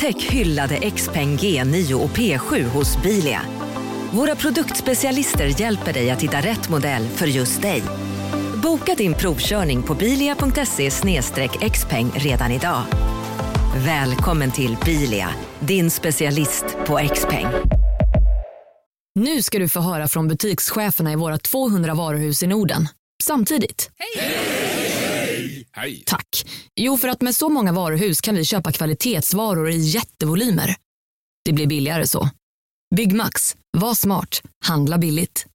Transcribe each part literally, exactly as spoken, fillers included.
Upptäck hyllade Xpeng G nio och P sju hos Bilia. Våra produktspecialister hjälper dig att hitta rätt modell för just dig. Boka din provkörning på bilia punkt se slash xpeng redan idag. Välkommen till Bilia, din specialist på Xpeng. Nu ska du få höra från butikscheferna i våra tvåhundra varuhus i Norden. Samtidigt. Hej! Hej! Hej! Tack. Jo, för att med så många varuhus kan vi köpa kvalitetsvaror i jättevolymer. Det blir billigare så. Byggmax. Var smart. Handla billigt.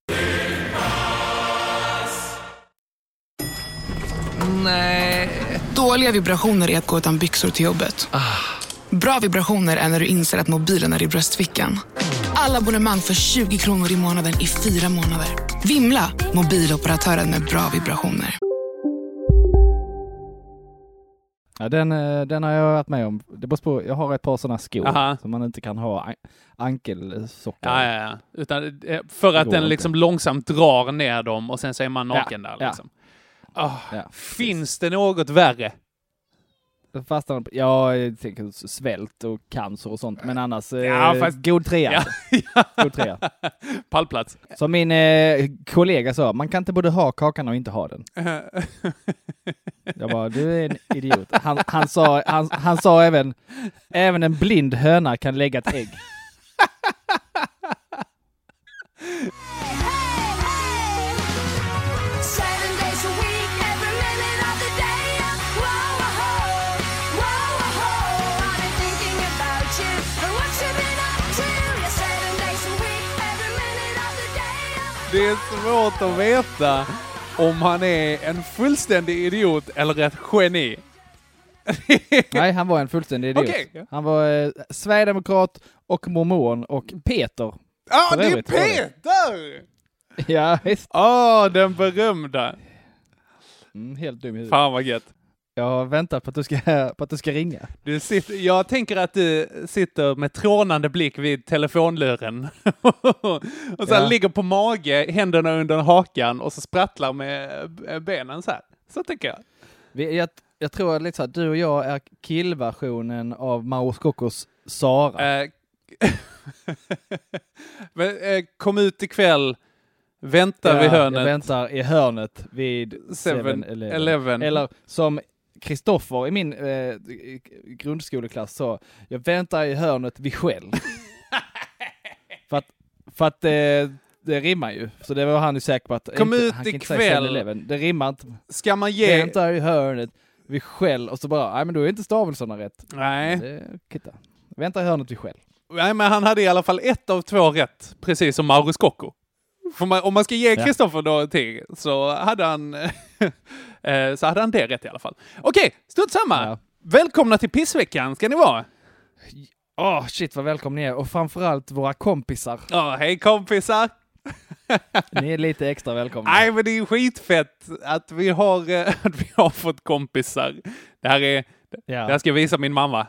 Nej. Dåliga vibrationer är att gå utan byxor till jobbet. Ah. Bra vibrationer är när du inser att mobilen är i bröstfickan. Alla abonnemang för tjugo kronor i månaden i fyra månader. Vimla, mobiloperatören med bra vibrationer. Ja, den, den har jag varit med om. Det beror på, jag har ett par sådana skor. Aha. Som man inte kan ha an- ankelsockor. Ja, ja, ja. Utan, för att den liksom inte. långsamt drar ner dem och sen så är man naken ja, där. Liksom. Ja. Oh, ja, finns det något värre? Fastän, ja, jag tänker svält och cancer och sånt. Men annars, ja, eh, fast... god trea. Ja. God trea. Pallplats. Som min eh, kollega sa, man kan inte både ha kakan och inte ha den. Jag bara, du är en idiot. Han, han, sa, han, han sa även, även en blind höna kan lägga ett ägg. Det är svårt att veta om han är en fullständig idiot eller ett geni. Nej, han var en fullständig idiot. Okay. Han var eh, sverigedemokrat och mormon och Peter. Ja, ah, det är Peter! Ja, visst. Ja, oh, den berömda. Mm, helt dum i huvudet. Fan vad gött. Jag väntar på att du ska, på att du ska ringa. Du sitter, jag tänker att du sitter med trånande blick vid telefonluren. och så ja. ligger på mage, händerna under hakan och så sprattlar med benen så här. Så tänker jag. Vi, jag, jag tror att lite så här, du och jag är killversionen av Mauro Scoccos Sara. Eh, Men, eh, kom ut ikväll. Väntar ja, vid hörnet. Jag väntar i hörnet vid seven eleven. Eller som Kristoffer i min eh, grundskoleklass sa, jag väntar i hörnet vid Shell. för att, för att eh, det rimmar ju. Så det var han ju säker på att kom inte, ut han kan ikväll. Inte det rimmar inte. Ska man ge... Väntar i hörnet vid Shell. Och så bara, nej men då är inte stavelserna rätt. Nej. Det, kitta. Väntar i hörnet vid Shell. Nej, men han hade i alla fall ett av två rätt. Precis som Mauro Scocco. Man, om man ska ge Kristoffer ja. någonting så hade han eh, så hade han det rätt i alla fall. Okej, stort samma. Ja. Välkomna till Pissveckan ska ni vara. Åh, oh, shit vad välkomna ni är. Och framförallt våra kompisar. Ja, oh, hej kompisar. Ni är lite extra välkomna. Nej, men det är ju skitfett att vi har, att vi har fått kompisar. Det här är, ja. det här ska jag visa min mamma.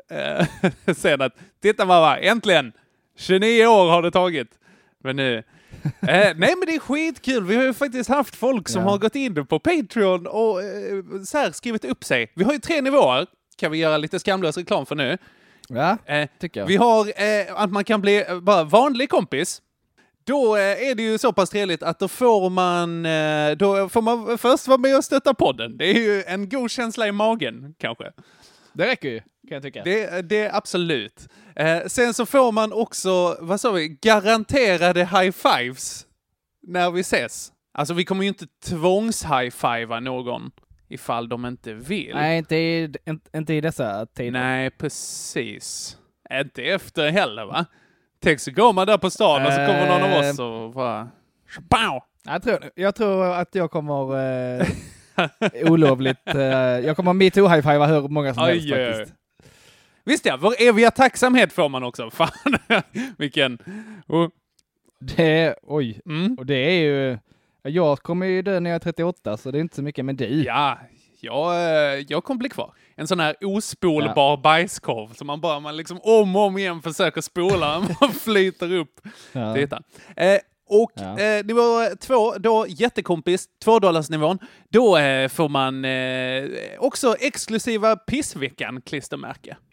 Sen att, titta mamma, äntligen. tjugonio år har det tagit. Men nu... eh, nej men det är skitkul. Vi har ju faktiskt haft folk som ja. har gått in på Patreon och eh, så här skrivit upp sig. Vi har ju tre nivåer. Kan vi göra lite skamlös reklam för nu. Ja, eh, tycker jag. Vi har eh, att man kan bli bara vanlig kompis. Då eh, är det ju så pass trevligt att då får man eh, då får man först vara med och stötta podden. Det är ju en god känsla i magen kanske. Det räcker ju, kan jag tycka. Det, det är absolut. Eh, sen så får man också, vad sa vi, garanterade high-fives när vi ses. Alltså vi kommer ju inte tvångs-high-fivea någon ifall de inte vill. Nej, inte i, inte, inte i dessa tider. Nej, precis. Inte efter heller, va? Tänk så går man där på stan äh, och så kommer någon av oss och bara... Jag tror, jag tror att jag kommer... Eh... olovligt. Jag kommer med to high-five hur många som helst Oj, faktiskt. Visst ja, vår eviga tacksamhet får man också. Fan, vilken... Oh. Det, oj. Mm. Och det är ju... Jag kommer ju dö när jag är trettioåtta, så det är inte så mycket med dig. Ja, jag, jag kommer bli kvar. En sån här ospolbar ja. bajskorv som man bara man liksom om och om igen försöker spola. Man flyter upp. Ja. Titta. Eh, Och ja. eh, nivå två, då jättekompis, två dollars nivån, då eh, får man eh, också exklusiva Pissveckan klistermärke.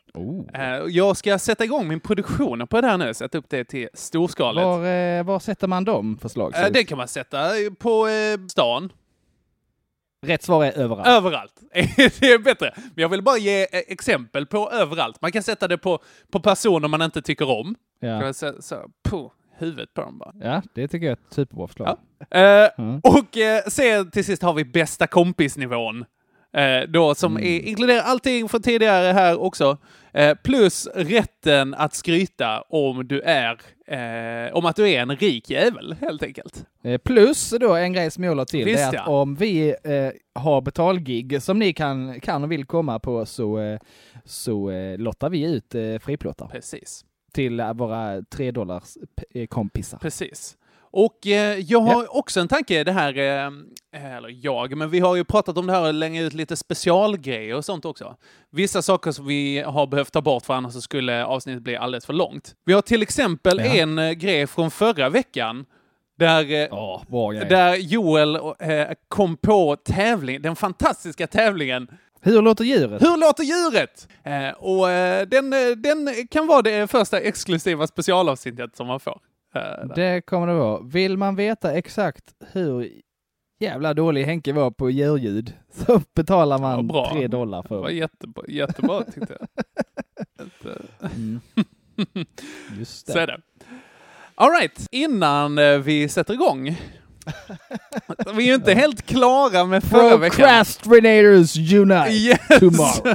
Oh. Jag ska sätta igång min produktion på det här nu, sätta upp det till storskaligt. Var, var sätter man dem förslag? Det kan man sätta på stan. Rätt svar är överallt. Överallt. Det är bättre. Men jag vill bara ge exempel på överallt. Man kan sätta det på, på personer man inte tycker om. Ja. Kan man sätta så, på huvudet på dem bara. Ja, det tycker jag är ett superbra förslag. Ja. Uh, mm. Och uh, sen till sist har vi bästa kompisnivån. Uh, då som mm. är, inkluderar allting från tidigare här också. Uh, plus rätten att skryta om du är uh, om att du är en rik jävel, helt enkelt. Uh, plus då en grej som jag la till. Visst, det är att ja. om vi uh, har betalgig som ni kan, kan och vill komma på så, uh, så uh, lottar vi ut uh, friplåtar. Precis. Till uh, våra tre dollars p- kompisar. Precis. Och eh, jag har ja. också en tanke, det här, eh, eller jag, men vi har ju pratat om det här och länge ut lite specialgrejer och sånt också. Vissa saker som vi har behövt ta bort för annars så skulle avsnittet bli alldeles för långt. Vi har till exempel ja. en eh, grej från förra veckan där, eh, oh, där Joel eh, kom på tävling, den fantastiska tävlingen. Hur låter djuret? Hur låter djuret? Eh, och eh, den, den kan vara det första exklusiva specialavsnittet som man får. Det kommer det vara. Vill man veta exakt hur jävla dålig Henke var på djurljud så betalar man ja, tre dollar för. Det var jättebra, jättebra tyckte jag. mm. Just det. Så är det. All right, innan vi sätter igång. Vi är ju inte helt klara med förra veckan. Procrastinators unite yes. tomorrow.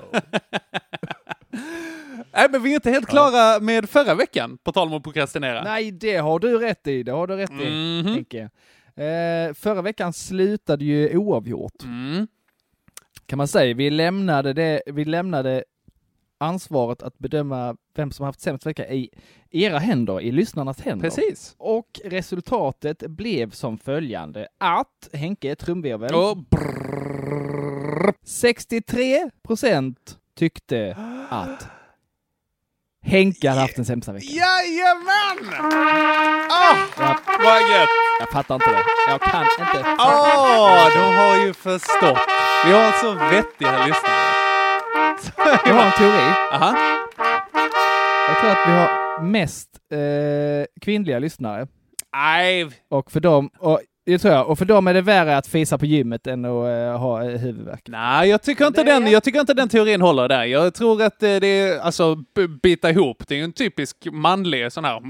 Nej, men vi är inte helt klara med förra veckan, på tal om att prokrastinera. Nej, det har du rätt i. Det har du rätt i, mm-hmm. Henke. Eh, förra veckan slutade ju oavgjort. Mm. Kan man säga. Vi lämnade, det, vi lämnade ansvaret att bedöma vem som haft sämst vecka i era händer, i lyssnarnas händer. Precis. Och resultatet blev som följande. Att, Henke, trumvirvel. Oh, sextiotre procent tyckte att Henke hade haft en sämsta vecka. Jajamän! Åh, oh, vad gött! Jag fattar inte det. Jag kan inte. Åh, oh, de har ju förstått. Vi har så vettiga lyssnare. Jag har en teori. Aha. Jag tror att vi har mest eh, kvinnliga lyssnare. Nej. Och för dem... Och, det tror jag. Och för dem är det värre att fisa på gymmet än att uh, ha uh, huvudvärk. Nej, jag tycker inte den, jag tycker inte den teorin håller där. Jag tror att uh, det är, alltså, b- bita ihop. Det är ju en typisk manlig sån här...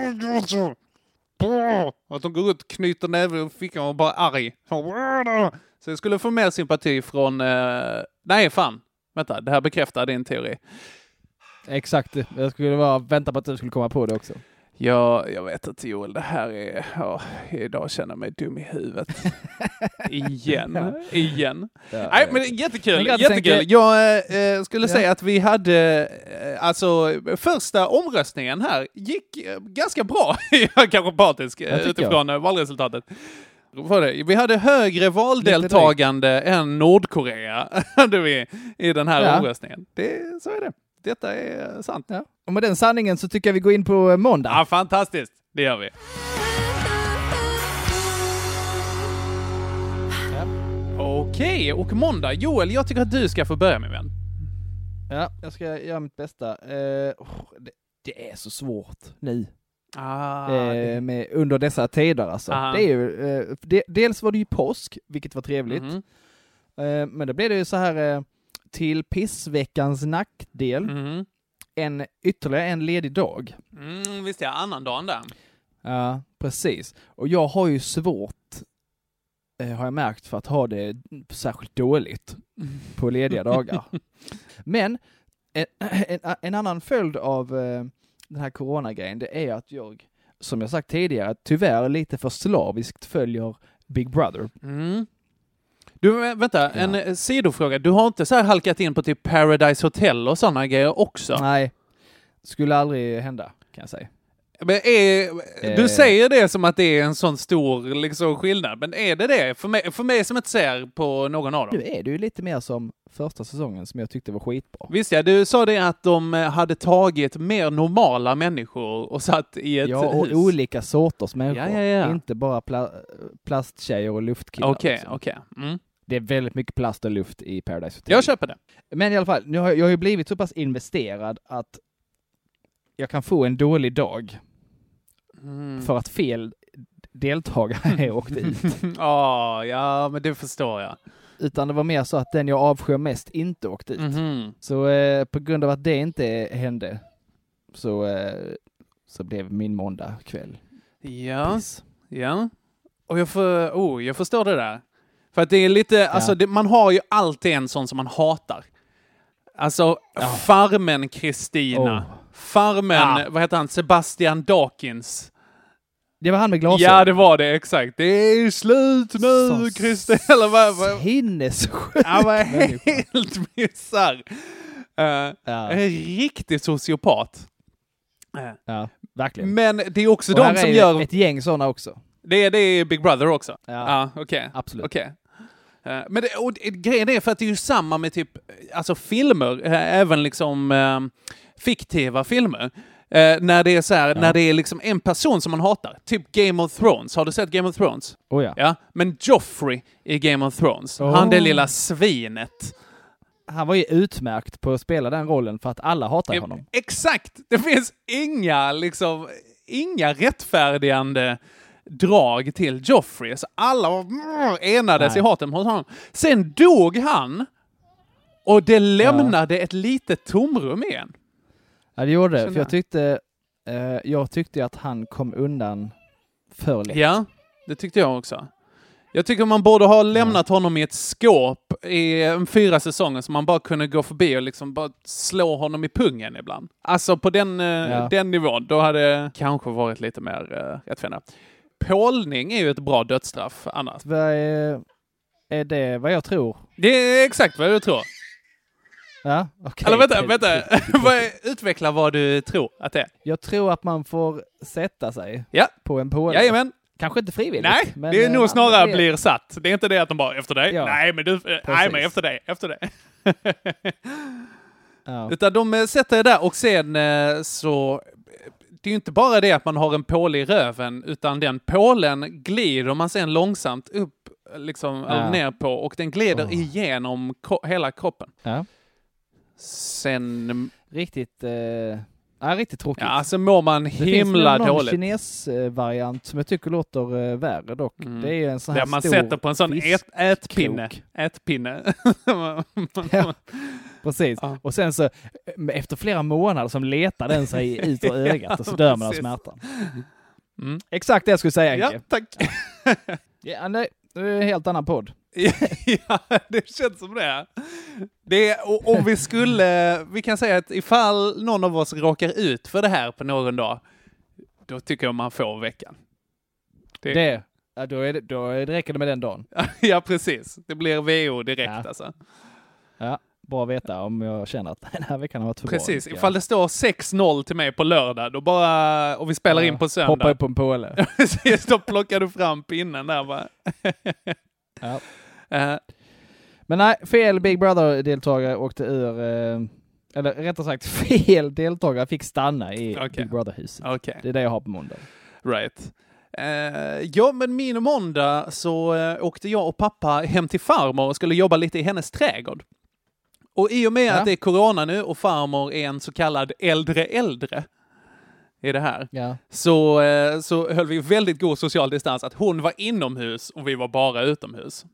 Att de går ut och knyter näven och fickan och bara arg. Så jag skulle få mer sympati från... Uh... Nej, fan. Vänta, det här bekräftar din teori. Exakt. Jag skulle bara vänta på att du skulle komma på det också. Ja, jag vet inte Joel, det här är... Ja, idag känner jag mig dum i huvudet. Igen. Igen. Ja, Nej, men jättekul. Jättekul. Jag äh, skulle ja. säga att vi hade... Äh, alltså, första omröstningen här gick äh, ganska bra. Jag är kanske partisk äh, utifrån äh, valresultatet. Vi hade högre valdeltagande än Nordkorea hade vi i den här ja. omröstningen. Det, så är det. Detta är sant. Ja. Och med den sanningen så tycker jag vi går in på måndag. Ja, fantastiskt. Det gör vi. Ja. Okej, och måndag. Joel, jag tycker att du ska få börja, min vän. Ja, jag ska göra mitt bästa. Uh, det, det är så svårt nu. Ah, uh, det... med, under dessa tider alltså. Det är ju, uh, de, dels var det ju påsk, vilket var trevligt. Mm-hmm. Uh, men då blev det ju så här... Uh, till pissveckans nackdel mm. en ytterligare en ledig dag. Mm, visst är annan dagen där. Ja, precis. Och jag har ju svårt, eh, har jag märkt, för att ha det särskilt dåligt på lediga dagar. Men en, en, en annan följd av eh, den här coronagrejen, det är att jag, som jag sagt tidigare, tyvärr lite för slaviskt följer Big Brother. Mm. Du, vänta, ja. en sidofråga. Du har inte så här halkat in på typ Paradise Hotel och sådana grejer också? Nej, skulle aldrig hända, kan jag säga. Men är, eh. Du säger det som att det är en sån stor liksom, skillnad, men är det det? För mig, för mig som inte ser på någon av dem. Nu är det ju lite mer som första säsongen som jag tyckte var skitbra. Visst ja, du sa det att de hade tagit mer normala människor och satt i ett ja, och hus. olika sorters människor. Ja, ja, ja. Inte bara pla- plasttjejer och luftkillar. Okej, liksom. okej. Mm. det är väldigt mycket plast och luft i Paradise Hotel. Jag köper det. Men i alla fall, nu har jag, jag har ju blivit så pass investerad att jag kan få en dålig dag mm. för att fel deltagare åkte ut. oh, ja, men det förstår jag. Utan det var mer så att den jag avskyr mest inte åkte ut. Mm-hmm. Så eh, på grund av att det inte hände så, eh, så blev min måndag kväll. Ja, Piss. ja. Och jag, för, oh, jag förstår det där. För att det är lite, ja. alltså det, man har ju alltid en sån som man hatar. Alltså ja. Farmen Kristina. Oh. Farmen, ja. vad heter han? Sebastian Dawkins. Det var han med glasögon. Ja, det var det, exakt. Det är slut nu, Kristina. Eller vad? vad? Hinnessjuk. Ja, var helt bizarr. Uh, ja. En riktig sociopat. Uh. Ja, verkligen. Men det är också och de som är gör... ett gäng sådana också. Det är, det är Big Brother också? Ja, ja okej. Okay. Absolut. Okay. Uh, men det, och det, grejen är för att det är ju samma med typ, alltså filmer, uh, även liksom uh, fiktiva filmer. Uh, när det är så här, ja. när det är liksom en person som man hatar. Typ Game of Thrones. Har du sett Game of Thrones? Oh ja. ja. Men Joffrey i Game of Thrones, oh. han det lilla svinet. Han var ju utmärkt på att spela den rollen för att alla hatar honom. Exakt! Det finns inga liksom, inga rättfärdigande drag till Joffrey. Så alla enades Nej. i haten mot honom. Sen dog han och det lämnade ja. ett litet tomrum igen. Ja, det gjorde det. För jag tyckte, eh, jag tyckte att han kom undan för lätt. Ja, det tyckte jag också. Jag tycker man borde ha lämnat ja. honom i ett skåp i en fyra säsonger så man bara kunde gå förbi och liksom bara slå honom i pungen ibland. Alltså på den, eh, ja. den nivån, då hade det kanske varit lite mer eh, rättfärdigt. Pålning är ju ett bra dödsstraff annars. Vad är, är det vad jag tror? Det är exakt vad jag tror. Ja, okej. Eller vänta, vänta. Utveckla vad du tror att det är. Jag tror att man får sätta sig ja. på en påle. Jajamän. Kanske inte frivilligt. Nej, men det är nog man, snarare det... blir satt. Det är inte det att de bara efter dig. Ja. Nej, men du nej, men efter dig, efter dig. ja. Utan de sätter det där och sen så det är ju inte bara det att man har en påle i röven utan den pålen glider man sen långsamt upp liksom ja. ner på och den glider oh. igenom ko- hela kroppen. Ja. Sen riktigt eh... Ja, riktigt tråkigt. Ja, alltså mår man himla dåligt. Det finns någon kines-variant som jag tycker låter uh, värre dock. Mm. Det är en sån här där man stor sätter på en sån ät, ätpinne. Ätpinne. ja, precis. Ja. Och sen så efter flera månader som letar den sig ut ur ögat och så dör man av smärtan. Mm. Exakt det jag skulle säga, Enke. Ja, tack. ja, nej, det är en helt annan podd. ja, det känns som det. Det är, och om vi skulle, vi kan säga att ifall någon av oss råkar ut för det här på någon dag, då tycker jag man får veckan. Det, det ja, då, är det, då är det räcker det med den dagen. ja, precis. Det blir V O direkt ja. alltså. Ja, bra att veta om jag känner att den här veckan har varit för bra. Precis, ifall det står sex noll till mig på lördag, då bara, och vi spelar ja, in på söndag. Hoppa upp på en påle. Precis, då plockar du fram pinnen där bara. Ja. Uh, men nej, fel Big Brother-deltagare åkte ur, uh, eller rättare sagt fel deltagare fick stanna i okay. Big Brother-huset. Okay. Det är det jag har på måndag. Right. Uh, ja, men min måndag så uh, åkte jag och pappa hem till farmor och skulle jobba lite i hennes trädgård. Och i och med ja. att det är corona nu och farmor är en så kallad äldre äldre i det här. Ja. Så, uh, så höll vi väldigt god social distans att hon var inomhus och vi var bara utomhus.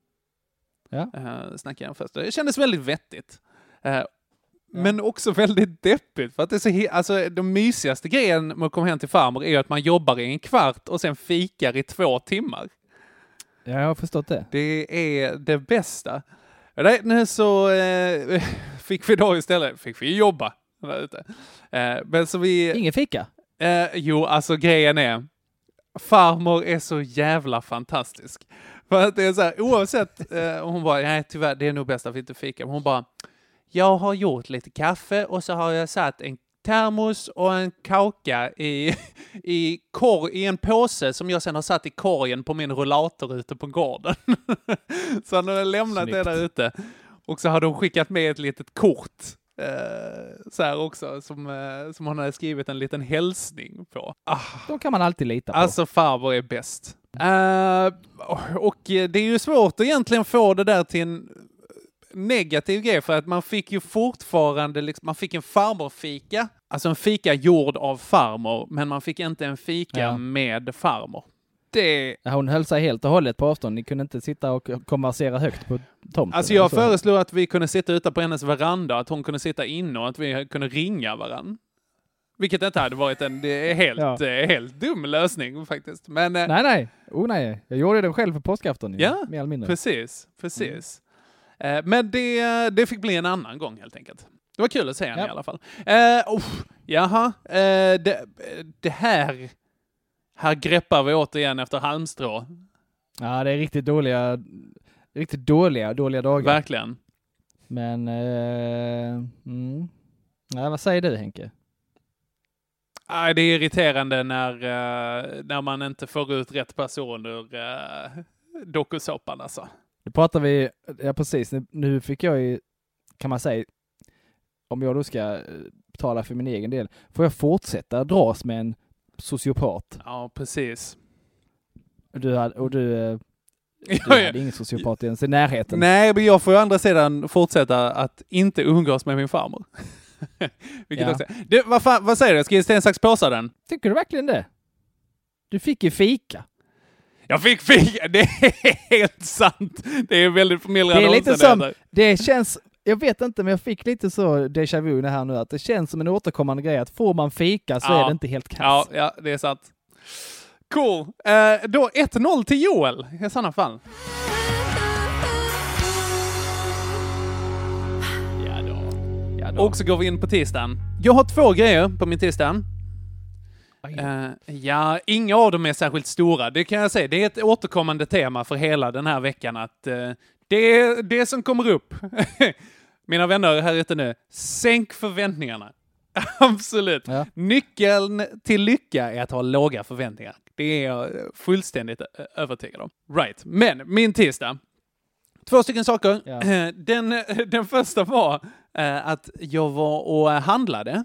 Ja. Uh, snackade jag först. Det kändes väldigt vettigt. Uh, ja. Men också väldigt deppigt. För att det är så he- alltså, de mysigaste grejen med att komma hem till farmor är att man jobbar i en kvart och sen fikar i två timmar. Ja, jag har förstått det. Det är det bästa. Nej, nu så uh, fick vi då istället fick vi jobba där ute. Uh, men så vi... Ingen fika? Uh, jo, alltså grejen är farmor är så jävla fantastisk. För att det är så här, oavsett, eh, hon bara, nej tyvärr, det är nog bäst att vi inte fika. Hon bara, jag har gjort lite kaffe och så har jag satt en termos och en kaka i, i, kor, i en påse som jag sen har satt i korgen på min rollator ute på gården. Så han hade lämnat Snyggt. det där ute. Och så hade hon skickat med ett litet kort. Uh, så här också som, uh, som hon hade skrivit en liten hälsning på. Ah. Då kan man alltid lita på. Alltså farbror är bäst. Uh, och det är ju svårt att egentligen få det där till en negativ grej, för att man fick ju fortfarande liksom, man fick en farmorfika, alltså en fika gjord av farmor, men man fick inte en fika ja. med farmor. Det... Hon höll sig helt och hållet på avstånd. Ni kunde inte sitta och konversera högt på tomten. Alltså jag föreslog att vi kunde sitta ute på hennes veranda, att hon kunde sitta inne och att vi kunde ringa varann. Vilket inte hade varit en det är helt, ja. helt dum lösning faktiskt. Men, nej, nej. Oh, nej. Jag gjorde det själv på påskafton. Ja, mer eller mindre. precis. precis. Mm. Men det, det fick bli en annan gång helt enkelt. Det var kul att se henne ja. i alla fall. Uh, oh, jaha. Uh, det, det här... Här greppar vi återigen efter halmstrå. Ja, det är riktigt dåliga, riktigt dåliga, dåliga dagar. Verkligen. Men, eh, mm. ja, vad säger du, Henke? Ah, det är irriterande när, uh, när man inte får ut rätt person ur uh, dokusåpan alltså. Nu pratar vi, ja precis, nu, nu fick jag ju, kan man säga, om jag då ska tala för min egen del, får jag fortsätta dras med en sociopat. Ja, precis. Och du hade, och du, du hade ingen sociopat ens i närheten. Nej, men jag får ju å andra sidan fortsätta att inte umgås med min farmor. Vilket ja. också. Du, vad, fan, vad säger du? Ska jag sten, sax, påsa den? Tycker du verkligen det? Du fick ju fika. Jag fick fika. Det är helt sant. Det är väldigt förmildrande. Det är lite som, det känns, jag vet inte, men jag fick lite så déjà vu här nu, att det känns som en återkommande grej att får man fika så ja. är det inte helt kass. Ja, ja, det är sant. Cool. Uh, då ett noll till Joel i sådana fall. Ja då. ja då. Och så går vi in på tisdagen. Jag har två grejer på min tisdag. Uh, ja, inga av dem är särskilt stora. Det kan jag säga. Det är ett återkommande tema för hela den här veckan att uh, det är det som kommer upp. Mina vänner här ute nu, sänk förväntningarna. Absolut. Ja. Nyckeln till lycka är att ha låga förväntningar. Det är jag fullständigt övertygad om. Right. Men min tisdag. Två stycken saker. Ja. Den, den första var att jag var och handlade.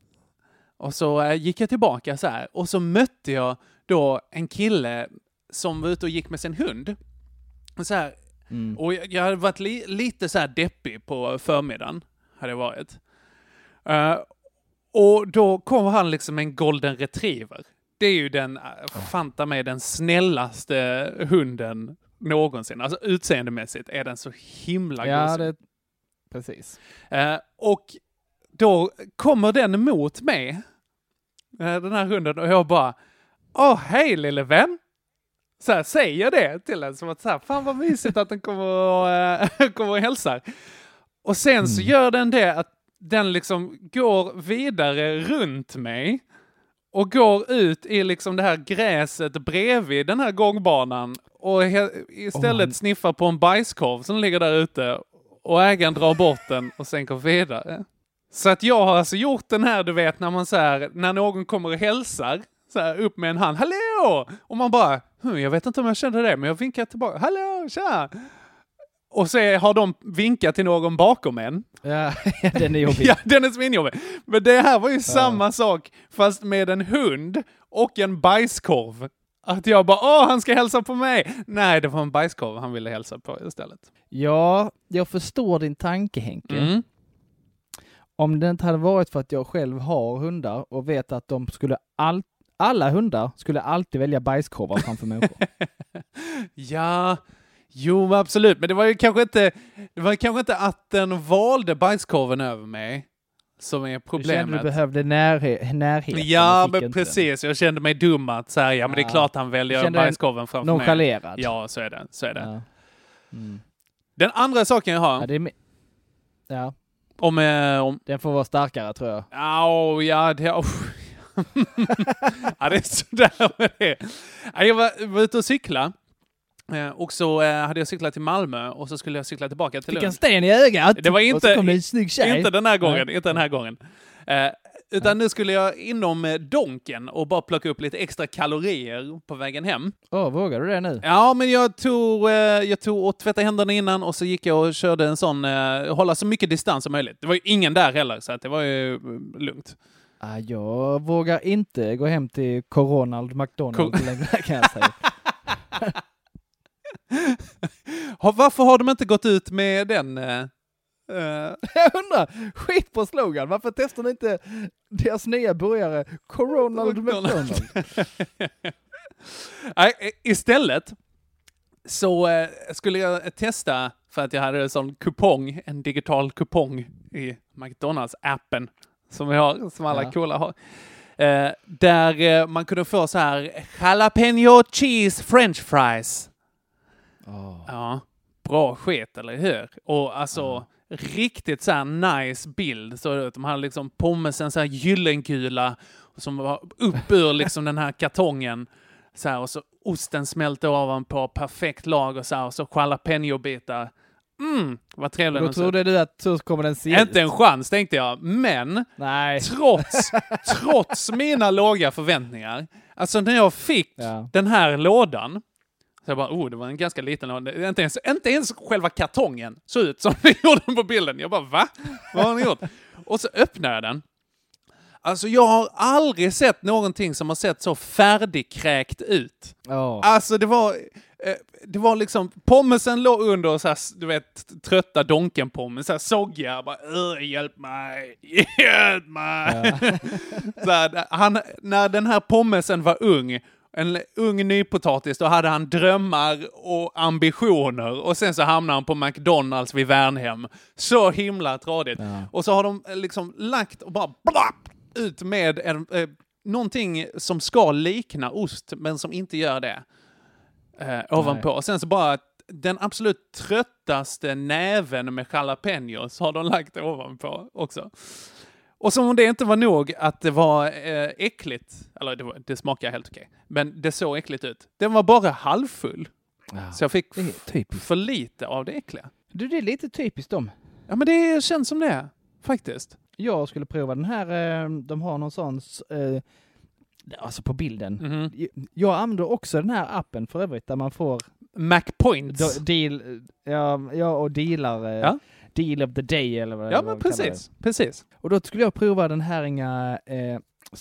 Och så gick jag tillbaka så här. Och så mötte jag då en kille som var ute och gick med sin hund. Så här. Mm. Och jag, jag hade varit li, lite så här deppig på förmiddagen. Hade jag varit. Uh, och då kom han liksom en golden retriever. Det är ju den, uh, fanta mig, den snällaste hunden någonsin. Alltså utseendemässigt är den så himla ja, gosig. Det, precis. Uh, och då kommer den mot mig. Uh, den här hunden. Och jag bara, åh hej lille vän. Så här, säger det till en som att så här, fan vad mysigt att den kommer och, äh, kommer och hälsar. Och sen mm. så gör den det att den liksom går vidare runt mig och går ut i liksom det här gräset bredvid den här gångbanan och he- istället oh, sniffar på en bajskorv som ligger där ute och ägaren drar bort den och sen går vidare. Så att jag har alltså gjort den här, du vet, när man så här, när någon kommer och hälsar så här, upp med en hand, hallå! Och man bara, hm, jag vet inte om jag kände det, men jag vinkar tillbaka, hallå, tja! Och så har de vinkat till någon bakom en. Ja, den är jobbig. Ja, den är svinjobbig. Men det här var ju ja. samma sak, fast med en hund och en bajskorv. Att jag bara, åh, han ska hälsa på mig. Nej, det var en bajskorv han ville hälsa på istället. Ja, jag förstår din tanke, Henke. Mm. Om det inte hade varit för att jag själv har hundar och vet att de skulle all, alla hundar skulle alltid välja bajskorvar framför människor. Ja, jo absolut. Men det var ju kanske inte, det var kanske inte att den valde bajskorven över mig som är problemet. Du kände du behövde närhe- närhet. Ja, men precis. Den. Jag kände mig dum att säga, ja men ja. det är klart han väljer bajskorven framför nonchalerad. mig. Ja, så är det. Så är det. Ja. Mm. Den andra saken jag har. Ja, det är ja. Om, eh, om... Den får vara starkare, tror jag. Oh, ja, det... Oh. Ja, det är sådär med det. Jag var, var ute och cykla. Och så eh, hade jag cyklat till Malmö och så skulle jag cykla tillbaka till Lund. Fick en sten i ögat. Det var inte, och så kom en snygg tjej. Inte den här gången. Nej. Inte den här gången. Eh, utan nu skulle jag inom Donken och bara plocka upp lite extra kalorier på vägen hem. Åh, oh, vågar du det nu? Ja, men jag tog, eh, jag tog och tvättade händerna innan och så gick jag och körde en sån, eh, hålla så mycket distans som möjligt. Det var ju ingen där heller, så att det var ju uh, lugnt. Ah, jag vågar inte gå hem till Coronald McDonald Cor- längre, kan jag säga. Varför har de inte gått ut med den? Uh... Jag undrar, skit på slogan. Varför testar ni inte deras nya burgare Coronald McDonald? Nej, istället så uh, skulle jag testa, för att jag hade en sån kupong, en digital kupong i McDonalds-appen som vi har, som alla ja. coola har. Uh, där uh, man kunde få så här jalapeno cheese french fries. Oh. Ja, bra skit, eller hur? Och alltså oh. riktigt så här nice bild. Så att de hade liksom pommesen så här gyllengula som var upp ur liksom den här kartongen. Så här, och så osten smälte ovanpå, perfekt lag och så här, och så jalapeno-bitar. Mm, vad trevligt. Då trodde du att så kommer den se Inte ut. En chans, tänkte jag. Men Nej. trots trots mina låga förväntningar, alltså när jag fick ja. den här lådan, så jag bara, oh, det var en ganska liten låda. Inte ens, inte ens själva kartongen såg ut som vi gjorde på bilden. Jag bara, va? Vad har ni gjort? Och så öppnade jag den. Alltså jag har aldrig sett någonting som har sett så färdigkräkt ut. Oh. Alltså det var eh, det var liksom, pommesen låg under så här, du vet, trötta donken pommes, så här soggiga, bara hjälp mig, hjälp mig. Ja. Så här, han, när den här pommesen var ung, en ung nypotatis, då hade han drömmar och ambitioner, och sen så hamnade han på McDonalds vid Värnhem. Så himla tradigt. Ja. Och så har de liksom lagt och bara blapp, ut med en, eh, någonting som ska likna ost, men som inte gör det. Eh, ovanpå. Nej. Och sen så bara den absolut tröttaste näven med jalapenos har de lagt ovanpå också. Och som om det inte var nog att det var eh, äckligt, eller det, var, det smakar helt okej, men det såg äckligt ut. Den var bara halvfull. Ja, så jag fick f- för lite av det äckliga. Du, det är lite typiskt dem. Ja, men det känns som det, faktiskt. Jag skulle prova den här, de har någon sån, eh, alltså på bilden. Mm-hmm. Jag använder också den här appen för övrigt, där man får MacPoints. Deal, ja, ja, och dealar, ja. Deal of the day eller vad. Ja, men precis, precis. Och då skulle jag prova den här inga eh,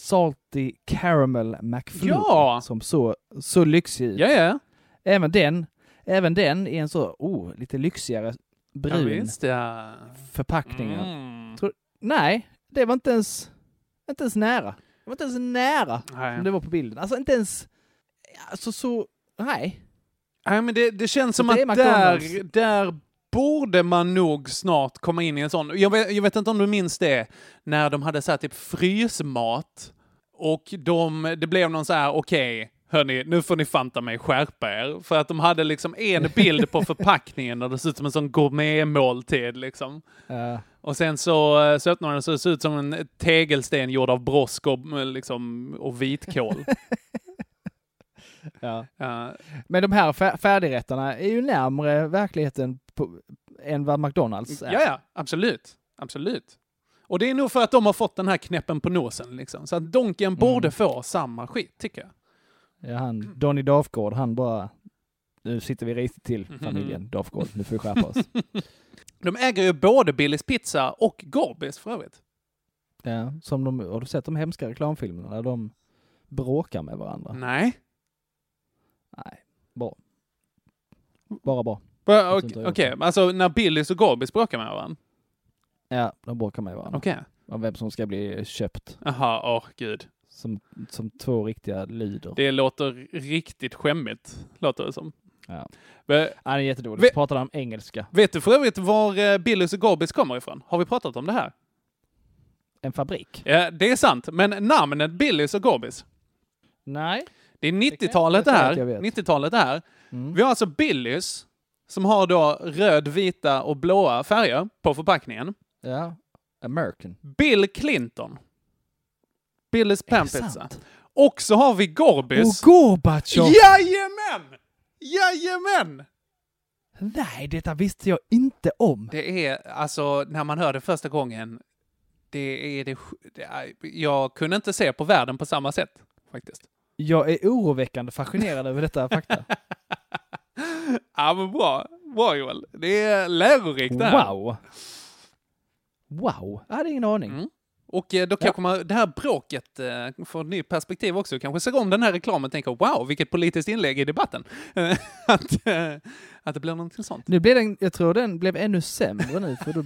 Salty Caramel McFlurry, ja. som så, så lyxig ut. Ja, ja. Även den, även den är en så, oh, lite lyxigare brun ja, visst, ja. förpackning. Mm. Tror, nej, det var inte ens, inte ens nära. Det var inte ens nära nej. som det var på bilden. Alltså inte ens, alltså så, nej. Nej, men det, det känns så som att där, där borde man nog snart komma in i en sån. Jag vet, jag vet inte om du minns det, när de hade så här typ frysmat, och de, det blev någon så här, okej, okay, hörni, nu får ni fanta mig, skärpa er. För att de hade liksom en bild på förpackningen och det såg ut som en sån gourmetmåltid liksom. Uh. Och sen så, så öppnade den, så det såg ut som en tegelsten gjord av brosk och, liksom, och vitkål. Ja. Ja. Men de här fär- färdigrätterna är ju närmare verkligheten på, än vad McDonalds är. Ja, ja, absolut. Absolut. Och det är nog för att de har fått den här knäppen på nosen liksom. Så att Donken mm. borde få samma skit, tycker jag. Ja, han, Donny Dafgård, han bara, nu sitter vi riktigt till familjen mm. Dafgård, nu får vi skärpa oss. De äger ju både Billys Pizza och Gorbis för övrigt. Ja, som de, har du sett de hemska reklamfilmerna där de bråkar med varandra? Nej. Nej, bra. Bara bra. Okej, okay. Alltså när Billys och Gorbis bråkar med varandra? Ja, de bråkar med varandra. Okej. Okay. Om vem som ska bli köpt. Jaha, åh oh, gud. Som, som två riktiga lyder. Det låter riktigt skämmigt, låter det som. Ja, Men, ja det är jättedåligt. Vi pratar om engelska. Vet du för övrigt var Billys och Gorbis kommer ifrån? Har vi pratat om det här? En fabrik? Ja, det är sant. Men namnet Billys och Gorbis? Nej. Det är nittiotalet det här. nittiotalet det här. Mm. Vi har alltså Billys som har då röd, vita och blåa färger på förpackningen. Ja, American. Bill Clinton. Billys Panpizza. Och så har vi Gorbis. Och Gorbachev. Jajamän! Jajamän! Nej, detta visste jag inte om. Det är, alltså, när man hör det första gången, det är det, det är, jag kunde inte se på världen på samma sätt, faktiskt. Jag är oroväckande fascinerad över detta fakta. Ja, men bra. Bra, Joel. Det är lärorikt det här. Wow. Wow. Jag hade ingen aning. Mm. Och eh, då kanske ja. man, det här bråket eh, får ett nytt perspektiv också. Kanske ser om den här reklamen och tänker, wow, vilket politiskt inlägg i debatten. att, eh, att det blir någonting sånt. Nu blev den, jag tror den blev ännu sämre nu. För, då,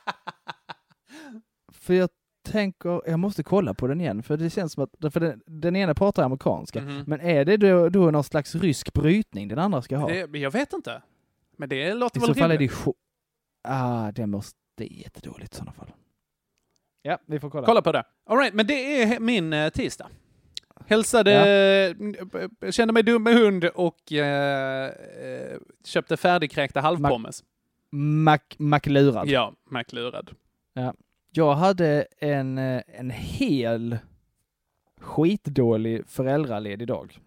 för jag tänker, jag måste kolla på den igen. För det känns som att, för den, den ena pratar amerikanska. Mm-hmm. Men är det då, då någon slags rysk brytning den andra ska ha? Det, jag vet inte. Men det låter I väl så fall är det sj- Ah, det måste, det är jättedåligt i sådana fall. Ja, vi får kolla. Kolla på det. All right, men det är min uh, tisdag. Hälsade, ja. Kände mig dum med hund och uh, uh, köpte färdigkräkta halvpommes. Mac, Maclurad. Ja, Maclurad. Ja. Jag hade en, en hel skitdålig föräldraledig dag.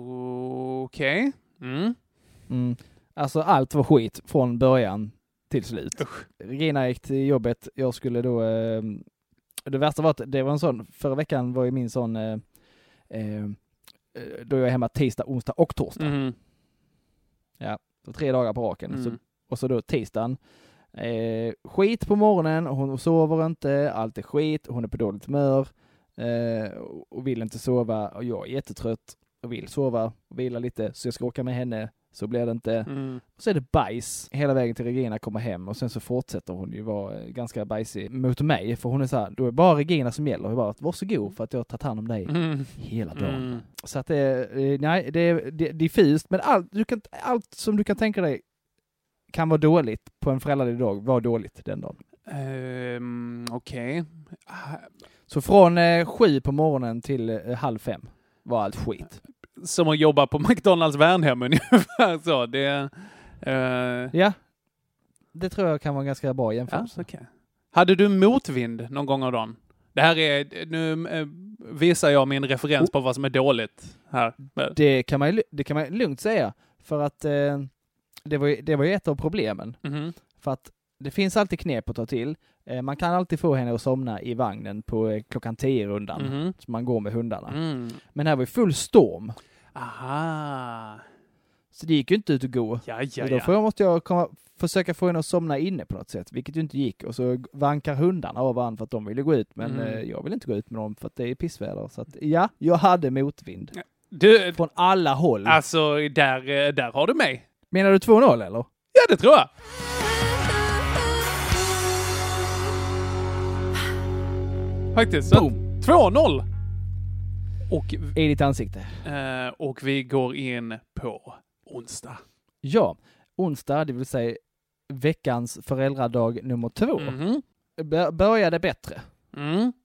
Okej. Okay. Mm. Mm. Alltså allt var skit från början till slut. Usch. Regina gick till jobbet. Jag skulle då... Eh, det värsta var att det var en sån... Förra veckan var ju min sån... Eh, eh, då jag är hemma tisdag, onsdag och torsdag. Mm. Ja, så tre dagar på raken. Mm. Så, och så då tisdagen. Eh, skit på morgonen. Hon sover inte. Allt är skit. Hon är på dåligt humör. Eh, och vill inte sova. Och jag är jättetrött. Och vill sova och vila lite. Så jag ska åka med henne. Så blir det inte. Mm. Och så är det bajs hela vägen till Regina kommer hem. Och sen så fortsätter hon ju vara ganska bajsig mot mig. För hon är så här, då är bara Regina som gäller. Jag bara, varsågod för att jag har tagit hand om dig mm. hela dagen. Mm. Så att det, nej, det är det, diffust. Men allt, du kan, allt som du kan tänka dig kan vara dåligt på en föräldraledig dag. Var dåligt den dagen. Um, Okej. Okay. Så från eh, sju på morgonen till eh, halv fem var allt skit. Som att jobba på McDonalds Värnhem ungefär så. Det, uh... Ja, det tror jag kan vara ganska bra jämförelse. Ja, okay. Hade du motvind någon gång av dagen? Det här är, nu uh, visar jag min referens oh. på vad som är dåligt här. Det kan man, det kan man lugnt säga. För att uh, det, var ju, det var ju ett av problemen. Mm-hmm. För att det finns alltid knep att ta till. Uh, man kan alltid få henne att somna i vagnen på uh, klockan tio-rundan. Mm-hmm. Så man går med hundarna. Mm. Men här var ju full storm. Aha. Så det gick ju inte ut att gå. Ja, ja, och då får jag, måste jag komma, försöka få henne att somna inne på något sätt. Vilket ju inte gick. Och så vankar hundarna av varandra för att de ville gå ut. Men mm. uh, jag vill inte gå ut med dem för att det är pissväder. Så att, ja, jag hade motvind. Du, från alla håll. Alltså, där, där har du mig. Menar du två noll eller? Ja, det tror jag. Faktiskt. Så två noll. Och, i ditt ansikte. Eh, och vi går in på onsdag. Ja, onsdag, det vill säga veckans föräldradag nummer två. Mm-hmm. B- började bättre. Mm.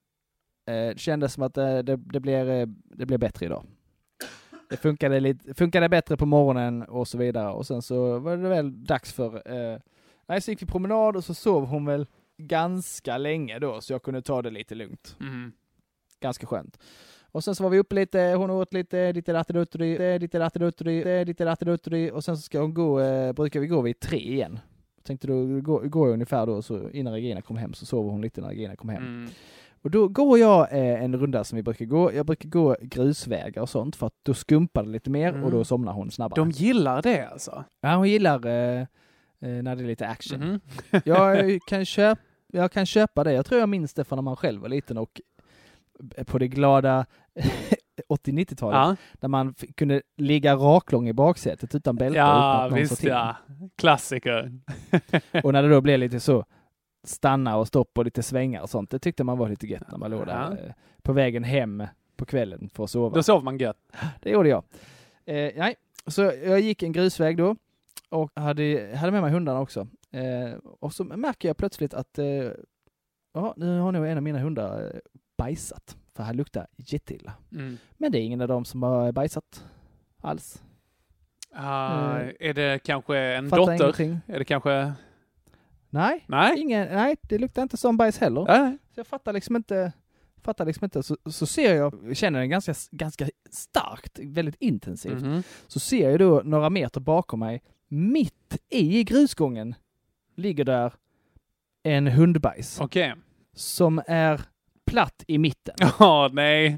Eh, kändes som att det, det, det, blir, det blir bättre idag. Det funkade, lite, funkade bättre på morgonen och så vidare. Och sen så var det väl dags för... Eh, nej, så gick vi promenad och så sov hon väl ganska länge då. Så jag kunde ta det lite lugnt. Mm. Ganska skönt. Och sen så var vi uppe lite, hon åt lite, lite rattedutteri, lite rattedutteri, lite rattedutteri. Och sen så ska hon gå, eh, brukar vi gå vid tre igen. Jag tänkte då går, går jag ungefär då, så innan Regina kom hem så sover hon lite när Regina kom hem. Mm. Och då går jag eh, en runda som vi brukar gå. Jag brukar gå grusvägar och sånt för att då skumpar det lite mer mm. och då somnar hon snabbare. De gillar det alltså? Ja, hon gillar eh, när det är lite action. Mm. jag, kan köp, jag kan köpa det. Jag tror jag minns det från när man själv var liten och på det glada åttio-nittiotalet ja. Där man f- kunde ligga raklång i baksätet utan bälte. Ja, utan visst ja. Klassiker. Och när det då blev lite så stanna och stoppa och lite svängar och sånt. Det tyckte man var lite gött när man låg där ja. på vägen hem på kvällen för att sova. Då sov man gött. Det gjorde jag. Eh, nej. Så jag gick en grusväg då och hade, hade med mig hundarna också. Eh, och så märker jag plötsligt att eh, ja, nu har nog en av mina hundar bajsat. För här luktar jätteilla. Mm. Men det är ingen av dem som har bajsat alls. Uh, uh, är det kanske en dotter? Ingenting. Är det kanske... Nej, nej? Ingen, nej, det luktar inte som bajs heller. Nej. Så jag fattar liksom inte... Fattar liksom inte. Så, så ser jag, känner den ganska, ganska starkt, väldigt intensivt. Mm-hmm. Så ser jag då några meter bakom mig, mitt i grusgången, ligger där en hundbajs. Okej. Okay. Som är platt i mitten. Åh, oh, nej.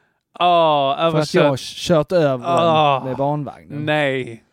Åh, oh, för att jag har kört över oh, med barnvagnen. Nej.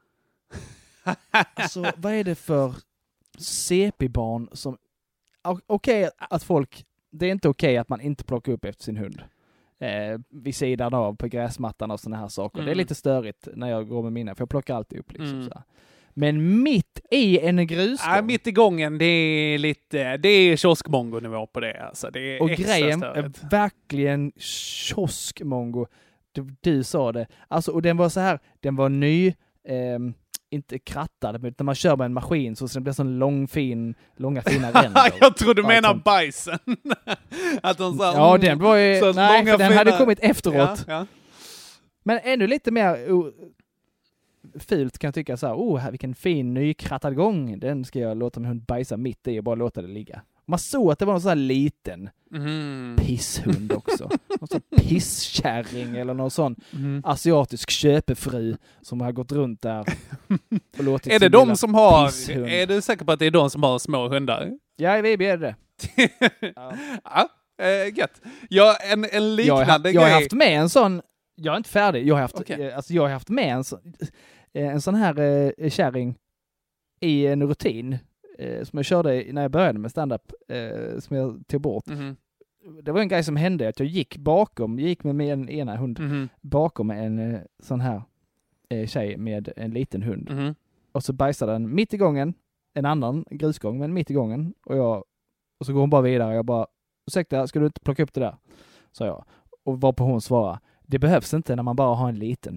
Alltså, vad är det för C P-barn som... Okej okay, att folk det är inte okej okay att man inte plockar upp efter sin hund. Eh, vid sidan av på gräsmattan och såna här saker. Mm. Det är lite störigt när jag går med mina, för jag plockar alltid upp liksom mm. så. Men mitt i en grusgång. Ja, mitt i gången, det är lite, det är kioskmongo-nivå på det. Alltså, det är och grejen är verkligen kioskmongo. Du, du sa det. Alltså, och den var så här, den var ny, eh, inte krattad, men när man kör med en maskin så den blir sån lång, fin, långa, fina ränder. Jag tror du menar sånt. Bajsen. Att de sa, ja, den var ju, nej, för den fina... hade kommit efteråt. Ja, ja. Men ännu lite mer uh, fult kan jag tycka så här, oh, vilken fin nykrattad gång. Den ska jag låta min hund bajsa mitt i och bara låta det ligga. Man såg att det var någon sån här liten mm. pisshund också. Någon sån pisskärring eller någon sån mm. asiatisk köpefru som har gått runt där och låtit. Är det de som har, pisshund. Är du säker på att det är de som har små hundar? Ja, i V B är det. Ja, ja äh, gött. Ja, en, en liknande jag har, grej. Jag har haft med en sån, jag är inte färdig, jag har haft, okay. alltså jag har haft med en sån, en sån här eh, kärring i en rutin eh, som jag körde när jag började med stand-up eh, som jag tog bort. Mm-hmm. Det var en grej som hände att jag gick bakom, jag gick med min ena hund mm-hmm. bakom en eh, sån här eh, tjej med en liten hund. Mm-hmm. Och så bajsade den mitt i gången, en annan grusgång, men mitt i gången. Och, jag, och så går hon bara vidare. Jag bara, ursäkta, ska du inte plocka upp det där? Sa jag. Och var på hon svara, det behövs inte när man bara har en liten.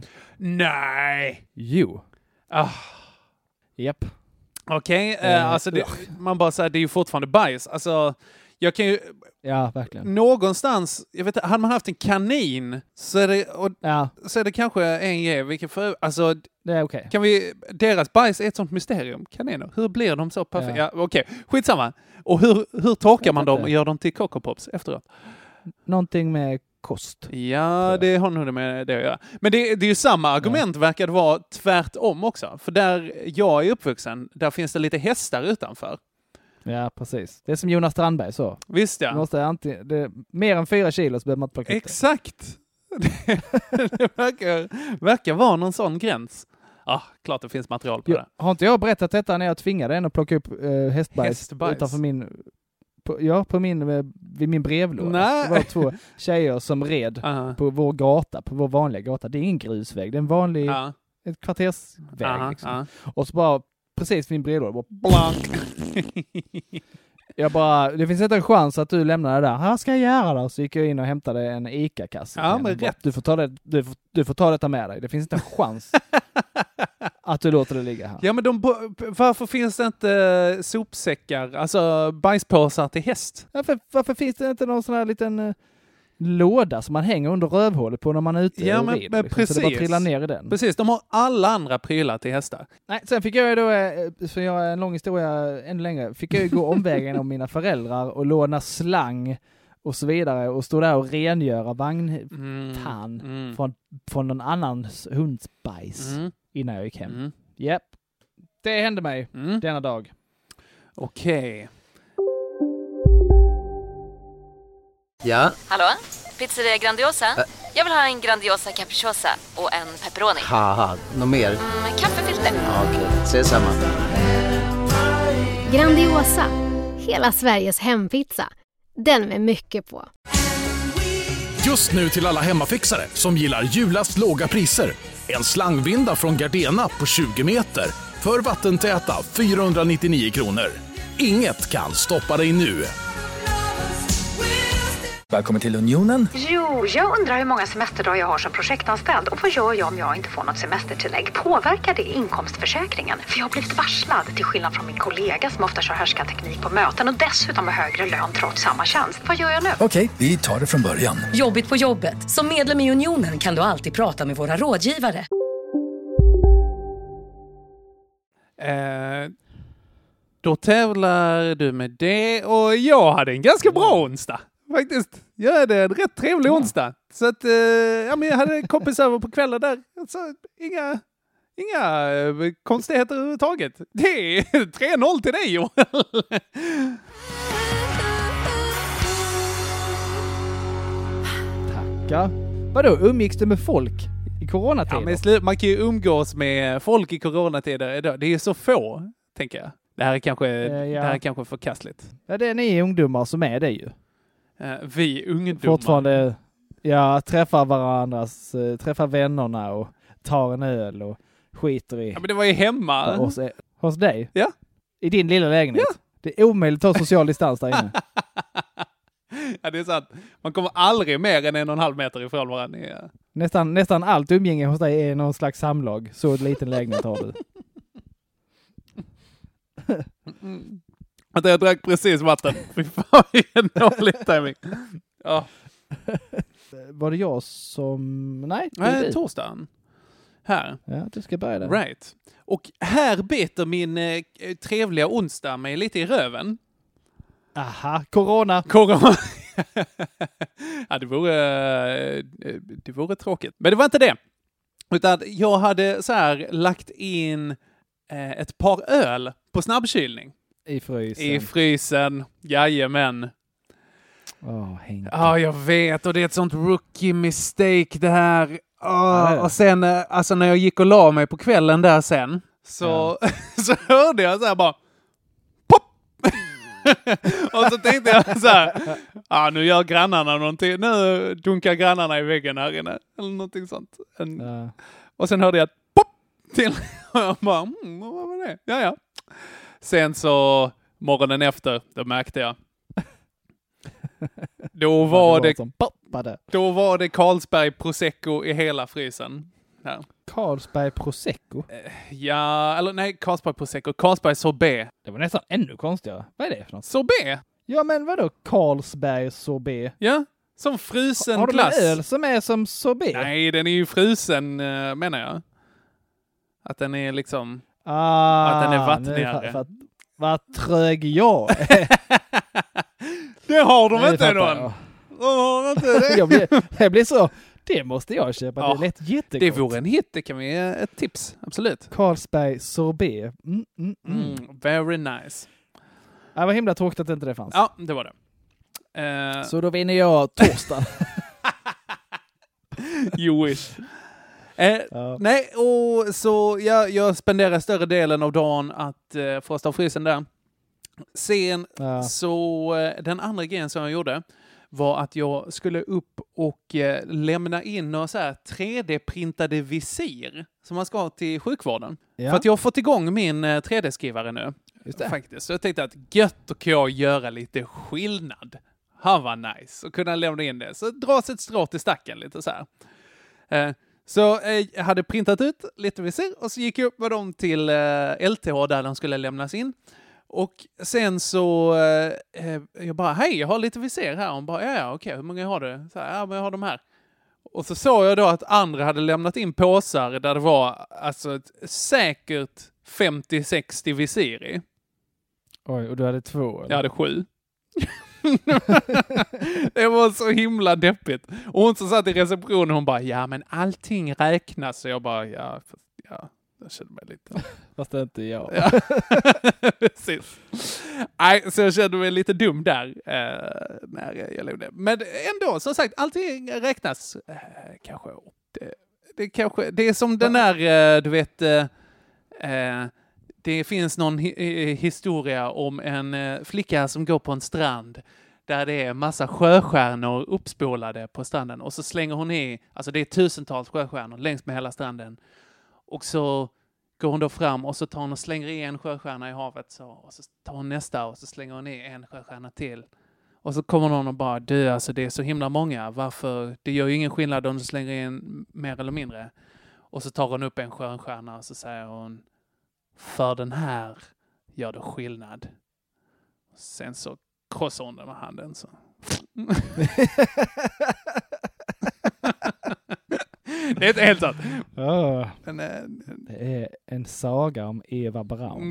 Nej! Jo. Ah. Japp. Okej, okay, eh, alltså det, man bara säger det är ju fortfarande bajs. Alltså, jag kan ju... Ja, verkligen. Någonstans, jag vet inte, hade man haft en kanin så är det, och, ja. så är det kanske en ge, vilken för... Alltså, det är okej. Okay. Kan vi... Deras bajs är ett sånt mysterium, kaniner. Hur blir de så perfekta? Ja. Ja, okej, okay. Skitsamma. Och hur, hur torkar man dem och gör dem till Coco Pops efteråt? Någonting med kost. Ja, det har nog med det att göra. Men det, det är ju samma argument, ja. Verkar det vara tvärtom också. För där jag är uppvuxen, där finns det lite hästar utanför. Ja, precis. Det är som Jonas Strandberg så. Visst ja. Det måste antingen, det, mer än fyra kilo så behöver man inte plocka upp det. Exakt. Det, det verkar, verkar vara någon sån gräns. Ja, ah, klart det finns material på jo, det. Har inte jag berättat detta när jag tvingade en att plocka upp uh, hästbajs, hästbajs utanför min... På, ja, på min, vid min brevlåda. Nej. Det var två tjejer som red uh-huh. på vår gata, på vår vanliga gata. Det är ingen grusväg, det är en vanlig uh-huh. ett kvartersväg. Uh-huh. Liksom. Uh-huh. Och så bara, precis vid min brevlåda, bara blank. Jag bara, det finns inte en chans att du lämnar det där. Här ska jag göra det. Så gick jag in och hämtade en ICA-kasse. Ja, men rätt. Du får, ta det, du, får, du får ta detta med dig. Det finns inte en chans att du låter det ligga här. Ja, men de, varför finns det inte sopsäckar, alltså bajspåsar till häst? Varför, varför finns det inte någon sån här liten uh, låda som man hänger under rövhålet på när man är ute ja, och men, rid? Men liksom, precis. Så det bara trillar ner i den. Precis, de har alla andra prylar till hästar. Nej, sen fick jag ju då, för jag har en lång historia ännu längre, fick jag ju gå omvägen om mina föräldrar och låna slang och så vidare och stå där och rengöra vagntan mm, mm. från, från någon annans hundsbajs mm. innan jag gick hem. Mm. Japp. Det hände mig mm. denna dag. Okej. Okay. Ja? Hallå? Pizzeria Grandiosa? Ä- Jag vill ha en Grandiosa capriciosa och en pepperoni. Haha, något mer? Mm, kaffefilter. Ja, okej, okay. Ses samma. Grandiosa, hela Sveriges hempizza. Den med mycket på. Just nu till alla hemmafixare som gillar julast låga priser. En slangvinda från Gardena på tjugo meter för vattentäta fyrahundranittionio kronor. Inget kan stoppa dig nu. Välkommen till Unionen. Jo, jag undrar hur många semesterdagar jag har som projektanställd och vad gör jag om jag inte får något semestertillägg? Påverkar det inkomstförsäkringen? För jag har blivit varslad, till skillnad från min kollega som ofta kör härskarteknik på möten och dessutom har högre lön trots samma tjänst. Vad gör jag nu? Okej, vi tar det från början. Jobbigt på jobbet. Som medlem i Unionen kan du alltid prata med våra rådgivare. Eh, då tävlar du med det och jag hade en ganska bra onsdag. Faktiskt. Jag hade en rätt trevlig onsdag. Så att, eh, ja, men jag hade kompis över på kvällen där. Så inga, inga eh, konstigheter överhuvudtaget. Det är tre noll till dig, Joel. Tackar. Vadå, umgicks du med folk i coronatider? Ja, men slu- man kan ju umgås med folk i coronatider. Det är så få, tänker jag. Det här är kanske, eh, ja. det här är kanske förkastligt. Ja, det är ni ungdomar som är det ju. Uh, vi ungdomar. Fortfarande, ja, träffar varandras, uh, träffar vännerna och tar en öl och skiter i. Ja, men det var ju hemma. Hos, hos dig? Ja. I din lilla lägenhet? Ja. Det är omöjligt att ta social distans där inne. Ja, det är sant. Man kommer aldrig mer än en och en halv meter ifrån varandra. Ja. Nästan, nästan allt umgänge hos dig är någon slags samlag. Så liten lägenhet har du. Mm. Att jag drack precis vatten. Fy fan, vilken dålig timing. Ja. Var det jag som... Nej, det Nej, torsdagen. Här. Ja, du ska börja där. Right. Och här biter min eh, trevliga onsdag mig lite i röven. Aha, corona. Corona. Ja, det vore, det vore tråkigt. Men det var inte det. Utan jag hade så här lagt in eh, ett par öl på snabbkylning. I frysen. I frysen, jajamän. Åh, Henke. Ja, jag vet. Och det är ett sånt rookie mistake det här. Oh, och sen, alltså när jag gick och la mig på kvällen där sen, så, ja. så hörde jag så här bara pop! Och så tänkte jag så här, ja ah, nu gör grannarna någonting, nu dunkar grannarna i väggen här inne, eller någonting sånt. En, ja. Och sen hörde jag pop! Till, och jag bara, mm, vad var det? Ja, ja. Sen så, morgonen efter, då märkte jag. Då var det, det då var det Carlsberg Prosecco i hela frysen. Ja. Carlsberg Prosecco? Ja, eller nej, Carlsberg Prosecco. Carlsberg Sorbet. Det var nästan ännu konstigare. Vad är det för något? Sorbet? Ja, men vadå Carlsberg Sorbet? Ja, som frusen har glass. Har du en öl som är som sorbet? Nej, den är ju frusen, menar jag. Att den är liksom... Ah, att den är vattnigare. För, för, vad trög jag Det har de Nej, inte någon. Jag. Oh, inte det. jag, blir, jag blir så, det måste jag köpa. Ja, det lät jättegott. Det vore en hit, det kan vi ett tips. Absolut. Carlsberg Sorbet. Mm, mm, mm. Mm, very nice. Det var himla tråkigt att inte det fanns. Ja, det var det. Uh... Så då vinner jag torsdag. You wish. Eh, ja. Nej, och så ja, jag spenderar större delen av dagen att eh, frosta frysen där. Sen ja. så eh, den andra grejen som jag gjorde var att jag skulle upp och eh, lämna in några så här tre D-printade visir som man ska ha till sjukvården. Ja. För att jag har fått igång min eh, tre D-skrivare nu. Just det. Faktiskt. Så jag tänkte att gött och jag göra lite skillnad. Han var nice. Och kunna lämna in det. Så dras ett strå till stacken lite så här. Eh, Så eh, jag hade printat ut lite visir och så gick jag upp med dem till eh, L T H där de skulle lämnas in. Och sen så eh, jag bara, hej, jag har lite visir här. Och hon bara, ja, ja okej, hur många har du? Så här, ja, men jag har de här. Och så såg jag då att andra hade lämnat in påsar där det var alltså ett, säkert femtio sextio visir i. Oj, och du hade två? Eller? Jag hade sju. Det var så himla deppigt. Och hon som satt i receptionen, hon bara, ja men allting räknas. Så jag bara, ja, fast, ja jag kände mig lite. Fast det är inte jag. Ja. Precis. Nej, så jag kände mig lite dum där eh, när jag levde. Men ändå, som sagt, allting räknas. Eh, kanske, det, det, kanske, det är som den där, eh, du vet, eh, eh, det finns någon hi- historia om en eh, flicka som går på en strand där det är massa sjöstjärnor uppspolade på stranden. Och så slänger hon i, alltså det är tusentals sjöstjärnor längs med hela stranden. Och så går hon då fram och så tar hon och slänger i en sjöstjärna i havet. Så, och så tar hon nästa och så slänger hon i en sjöstjärna till. Och så kommer någon och bara, du alltså det är så himla många. Varför? Det gör ju ingen skillnad om du slänger in mer eller mindre. Och så tar hon upp en sjöstjärna och så säger hon, för den här gör det skillnad. Sen så krossar hon den med handen. Så. Det är inte helt sant. Oh, Men, äh, det är en saga om Eva Braun.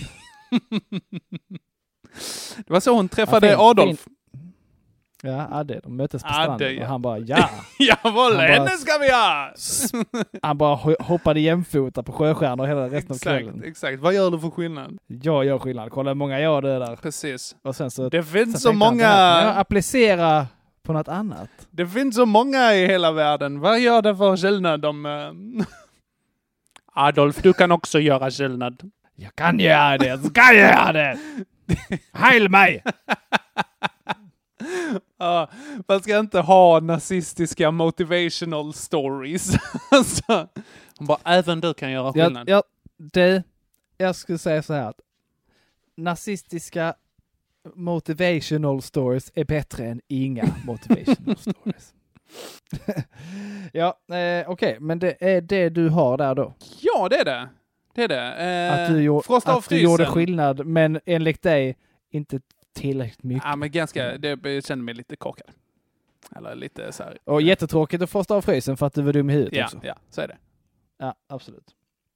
Det var så hon träffade ja, fin, Adolf. Fin. Ja, Adde. De möttes på stranden Adde, ja. Och han bara, ja. Jawohl, henne ska vi ha! Han bara hoppade jämfota på sjöstjärnor hela resten exakt, av kvällen. Exakt, vad gör du för skillnad? Jag gör skillnad. Kolla hur många jag det där. Precis. Och sen så, det finns så många... Jag applicera på något annat. Det finns så många i hela världen. Vad gör det för skillnad om... Uh... Adolf, du kan också göra skillnad. Jag kan göra det, jag ska göra det! Heil mig! Ja, man ska inte ha nazistiska motivational stories. Så, bara, även du kan göra skillnad. Jag, jag, det, jag skulle säga så här att nazistiska motivational stories är bättre än inga motivational stories. Ja, eh, okej, okay, men det är det du har där då? Ja, det är det. Det är det. Eh, att du, gjorde, Frost av att du gjorde skillnad, men enligt dig inte tillräckligt mycket. Ja, men ganska, det, jag kände mig lite korkad. Eller lite så här. Och jättetråkigt att frosta av frysen för att du var dum i huvudet ja, också. Ja, så är det. Ja, absolut.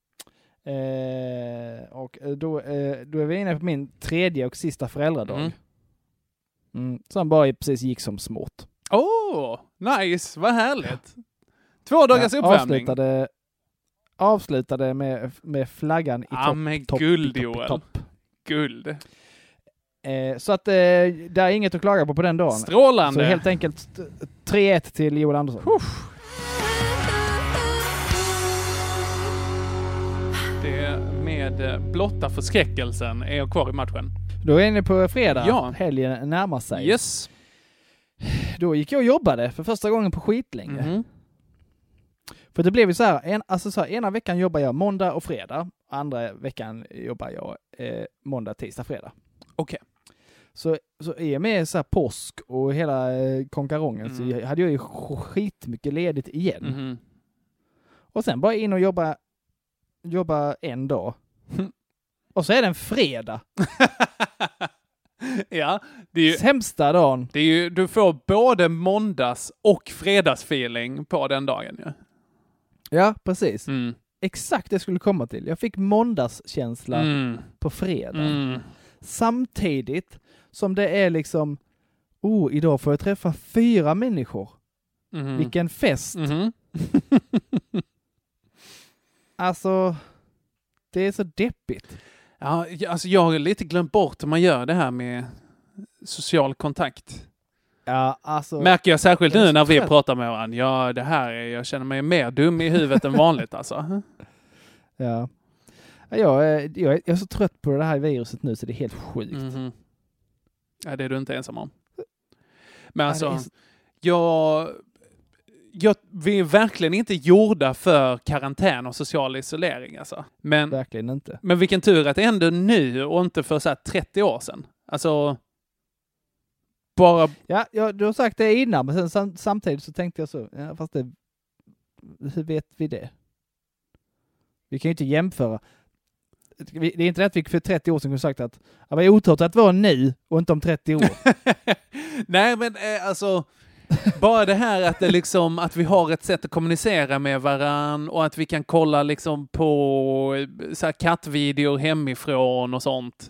Eh, och då, eh, då är vi inne på min tredje och sista föräldradag. Mm. Mm, som bara precis gick som smått. Åh, oh, nice, vad härligt. Två dagars ja, uppvärmning. Avslutade, avslutade med, med flaggan i ah, topp. med topp, guld, i topp, Joel. i topp. Guld. Eh, så att eh, det är inget att klaga på på den dagen. Strålande. Så helt enkelt tre ett till Joel Andersson. Uff. Det med blotta förskräckelsen är jag kvar i matchen. Då är ni på fredag. Ja. Helgen närmar sig. Yes. Då gick jag och jobbade för första gången på skitlänge. Mm-hmm. För det blev ju så här, en, alltså så här, ena veckan jobbar jag måndag och fredag. Andra veckan jobbar jag eh, måndag, tisdag, fredag. Okej. Okay. Så, så är jag med så här påsk och hela eh, konkarongen mm. så jag, hade jag ju skitmycket ledigt igen. Mm-hmm. Och sen bara in och jobba, jobba en dag. Och så är det en fredag. Ja, det är ju sämsta dagen. Det är ju, du får både måndags- och fredagsfeeling på den dagen. Ja, ja precis. Mm. Exakt det jag skulle komma till. Jag fick måndagskänsla mm. på fredag. Mm. Samtidigt som det är liksom, oh, idag får jag träffa fyra människor. Mm. Vilken fest. Mm. Alltså, det är så deppigt. Ja, alltså jag har lite glömt bort hur man gör det här med social kontakt. Ja, alltså, märker jag särskilt nu när vi pratar med varandra. Ja, det här är, jag känner mig mer dum i huvudet än vanligt alltså. Ja. Jag är, jag är så trött på det här viruset nu så det är helt sjukt. Mm-hmm. Ja, det är du inte ensam om. Men alltså, ja, så... jag... Jag, vi är verkligen inte gjorda för karantän och social isolering. Alltså. Men, verkligen inte. Men vilken tur att det händer nu och inte för så här trettio år sedan. Alltså, bara... Ja, ja, du har sagt det innan, men sen, sam, samtidigt så tänkte jag så, ja, fast det, hur vet vi det? Vi kan ju inte jämföra. Det är inte rätt att vi för trettio år sedan kunde sagt att det var otärt att vara nu och inte om trettio år. Nej, men eh, alltså... Bara det här att det liksom att vi har ett sätt att kommunicera med varann och att vi kan kolla liksom på så här kattvideor hemifrån och sånt.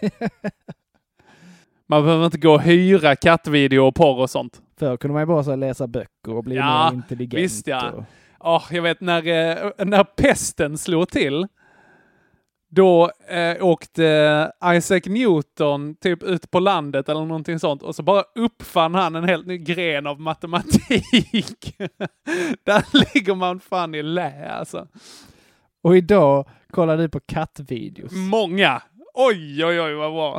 Man behöver inte gå och hyra kattvideo och porr och sånt. Förr kunde man ju bara så läsa böcker och bli ja, mer intelligent. Visst ja. Och... Oh, jag vet när, när pesten slog till. Då eh, åkte Isaac Newton typ ut på landet eller någonting sånt och så bara uppfann han en helt ny gren av matematik. Där ligger man fan i lä alltså. Och idag kollar du på kattvideos. Många! Oj, oj, oj, vad bra.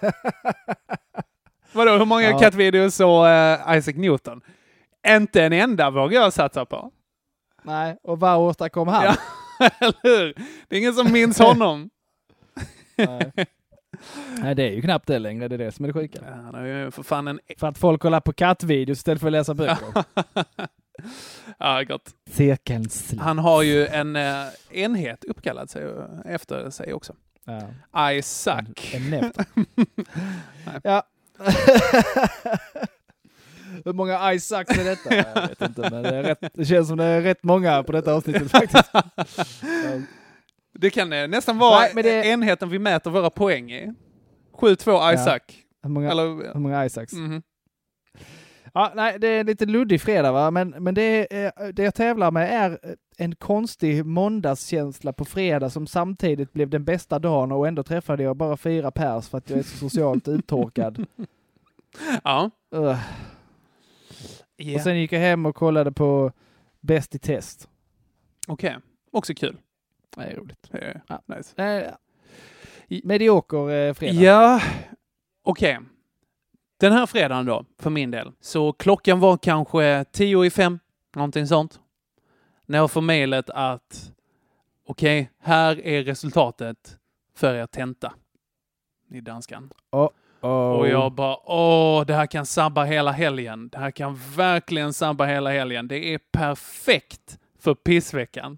Vadå, hur många ja. kattvideos så uh, Isaac Newton? Inte en enda vågar jag satsa på. Nej, och vad åstadkom han? Ja, eller hur? Det är ingen som minns honom. Nej. Nej, det är ju knappt det längre, det är det som är det sjuka. Ja, det är för fan en... För att folk kollar på kattvideos istället för att läsa böcker. Ja, gott. Cirkeln slut. Han har ju en uh, enhet uppkallad sig efter sig också. Ja. Isaac. En, en ja. Hur många Isaacs är detta? Jag vet inte, men det, är rätt, det känns som det är rätt många på detta avsnittet faktiskt. Det kan nästan vara nej, men det... enheten vi mäter våra poäng i. sju två Isaac. Ja. Hur, många, Eller... hur många Isaacs? Mm-hmm. Ja, nej, det är lite luddig fredag va, men, men det, är, det jag tävlar med är en konstig måndagskänsla på fredag som samtidigt blev den bästa dagen och ändå träffade jag bara fyra pers för att jag är så socialt uttorkad. Ja. Uh. Yeah. Och sen gick jag hem och kollade på Bäst i test. Okej, okay. Också kul. Det är roligt. Yeah. Ja. Nice. Äh, medioker eh, fredag. Ja, okej. Okay. den här fredagen då, för min del, så klockan var kanske tio i fem, någonting sånt. När jag får mejlet att okej, okay, här är resultatet för er tenta i danskan. Oh, oh. Och jag bara, åh, det här kan sabba hela helgen. Det här kan verkligen sabba hela helgen. Det är perfekt för pissveckan.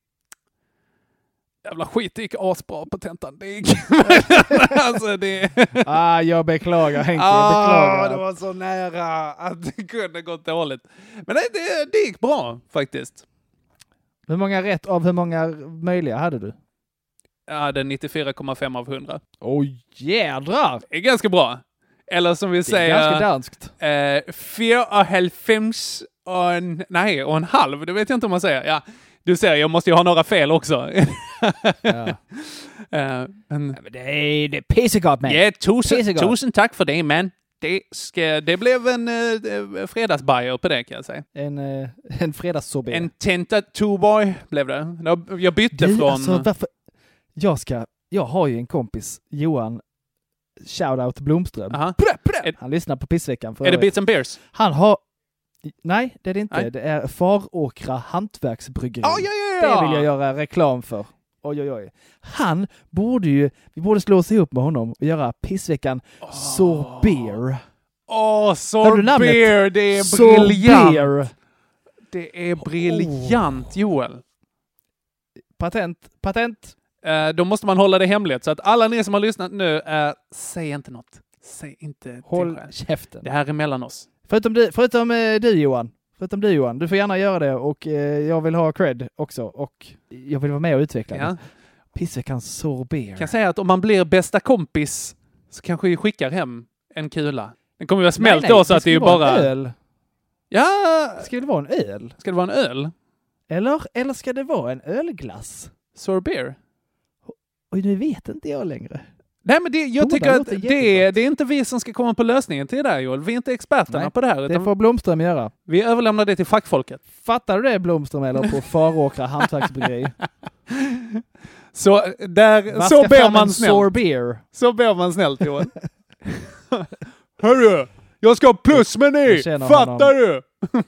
Jävla skit, det gick asbra på tentan. Det gick... alltså det... ah, jag beklagar Henke, ah, jag beklagar. Det var så nära att det kunde gått dåligt. Men det, det, det gick bra faktiskt. Hur många rätt av hur många möjliga hade du? Jag hade nittiofyra komma fem av hundra. Åh jädrar! Det är ganska bra. Eller som vi det säger... Det är ganska danskt. Eh, fyra och halvfems och en... Nej, och en halv. Det vet jag inte om man säger. Ja, du ser, jag måste ju ha några fel också. ja. uh, men... ja, men det är, det är pissegott, man. Ja, tusen, tusen tack för det, man. Det, ska, det blev en uh, fredagsbajer på det, kan jag säga. En, uh, en fredagssorbet. En tenta two-boy blev det. Jag bytte du, från... Alltså, varför... Jag ska... Jag har ju en kompis, Johan, shoutout Blomström. Uh-huh. Är, Han lyssnar på pissveckan. För är det Bits and Beers? Han har... Nej, det är det inte. Nej. Det är Faråkra hantverksbryggeri. Oh, ja, ja, ja. Det vill jag göra reklam för. Oj, oj, oj. Han borde ju... Vi borde slå oss ihop med honom och göra pissveckan oh. Sorbeer. Åh, oh, Sorbeer! Det är Sorbeer. briljant! Det är briljant, oh. Joel. Patent, patent. Uh, då måste man hålla det hemligt. Så att alla ni som har lyssnat nu, uh, säg inte något. Säg inte. Håll käften. Det här är mellan oss. Förutom du, förutom eh, du Johan. Förutom du Johan. Du får gärna göra det och eh, jag vill ha cred också. Och jag vill vara med och utveckla ja. det. Pissveckans Sorbeer. Kan jag säga att om man blir bästa kompis så kanske vi skickar hem en kula. Den kommer ju vara smält då så att det är ju bara... öl. Ja! Ska det vara en öl? Ska det vara en öl? Eller, eller ska det vara en ölglass? Sorbeer? Oj, nu vet inte jag längre. Nej, men det, jag Båda tycker att det, det är inte vi som ska komma på lösningen till det här, Joel. Vi är inte experterna Nej, på det här. Det får Blomström göra. Vi överlämnar det till fackfolket. Fattar du det, Blomström, eller på Faråkra hantverksbryggeri? Så där, så ber man snällt. Sorbeer. Så ber man snällt, Joel. Hörru, jag ska ha plusmeny! Fattar honom. Du?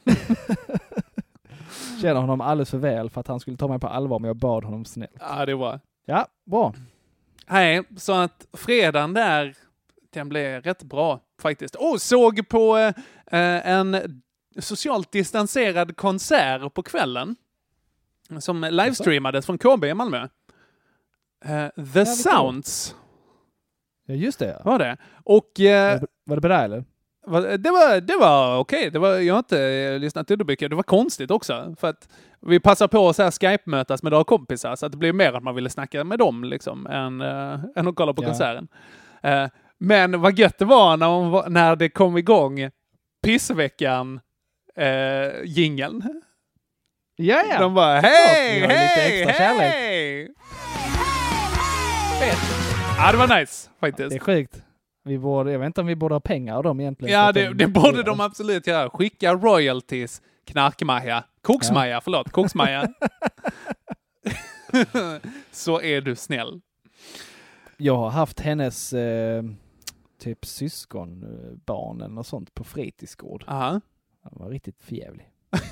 Känner honom alldeles för väl för att han skulle ta mig på allvar, men jag bad honom snällt. Ja, det var. Ja, bra. Nej, så att fredagen där, den blev rätt bra faktiskt. Och såg på eh, en socialt distanserad konsert på kvällen som livestreamades från K B i Malmö. Uh, The ja, Sounds. Ja, just det. Ja. Var det. Och, eh, var det bra eller? Det var, det var okej. Okay. Det var, jag har inte lyssnat till det mycket. Det var konstigt också. För att vi passar på att så här Skype-mötas med några kompisar. Så att det blev mer att man ville snacka med dem liksom, än, äh, än att kolla på ja. konserten. Äh, men vad gött det var när, man, när det kom igång pissveckan äh, jingeln. Ja, ja. De bara, hej, ja, hej, hej! Ja, det var nice faktiskt. Det är sjukt. Vi borde, jag vet inte om vi borde ha pengar av dem egentligen. Ja, det, de det borde de absolut göra. Skicka royalties, knarkmaja. Koksmaja, ja. förlåt. Koksmaja. Så är du snäll. Jag har haft hennes eh, typ syskonbarn eller något sånt på fritidsgård. Aha. Han var riktigt förjävlig.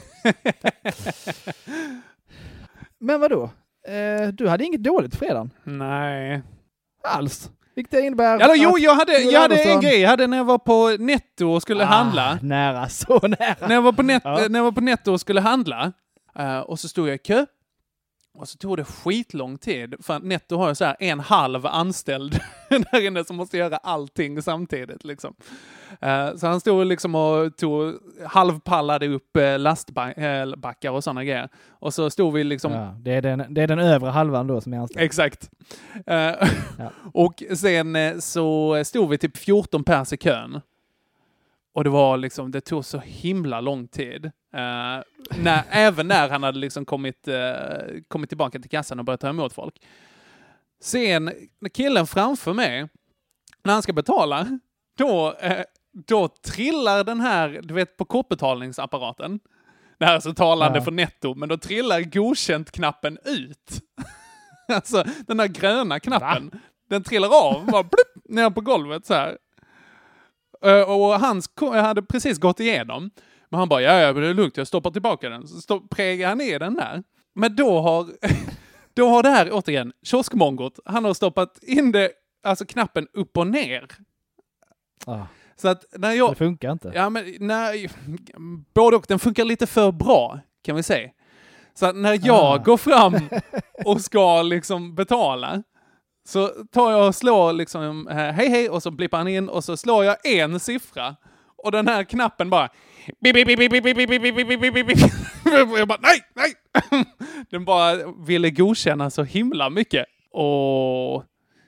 Men vadå? Eh, du hade inget dåligt fredagen? Nej. Alls? Vilket innebär... Eller jo, jag hade, jag hade en grej. Jag hade när jag var på Netto och skulle ah, handla. Nära, så nära. När jag var på, net, ja. när jag var på Netto och skulle handla. Uh, och så stod jag i kö. Och så tog det skitlång tid. För Netto har ju så här en halv anställd där inne som måste göra allting samtidigt. Liksom. Uh, så han stod liksom och tog halvpallade upp uh, lastbackar och sådana grejer. Och så stod vi liksom... Ja, det, är den, det är den övre halvan då som är anställd. Exakt. Uh, ja. Och sen uh, så stod vi typ fjorton pers i kön. Och det var liksom, det tog så himla lång tid. Uh, när, även när han hade liksom kommit, uh, kommit tillbaka till kassan och börjat ta emot folk. Sen, när killen framför mig, när han ska betala, då, uh, då trillar den här, du vet, på kortbetalningsapparaten. Det här är så talande ja. för Netto, men då trillar godkänt-knappen ut. Alltså, den här gröna knappen, Va? den trillar av, bara blup, ner på golvet så här. och hans hade precis gått igenom. Men han bara, ja, ja, det är lugnt, jag stoppar tillbaka den. Så stopp, prägar han ner den där. Men då har, då har det här, återigen, kioskmongot, han har stoppat in det, alltså knappen upp och ner. Ah. Så att när jag... Det funkar inte. Ja, men när... Både och, den funkar lite för bra, kan vi säga. Så att när jag ah. går fram och ska liksom betala, så tar jag och slår liksom hej hej och så blippar han in och så slår jag en siffra. Och den här knappen bara... Jag bara, nej, nej! Den bara ville godkänna så himla mycket. Och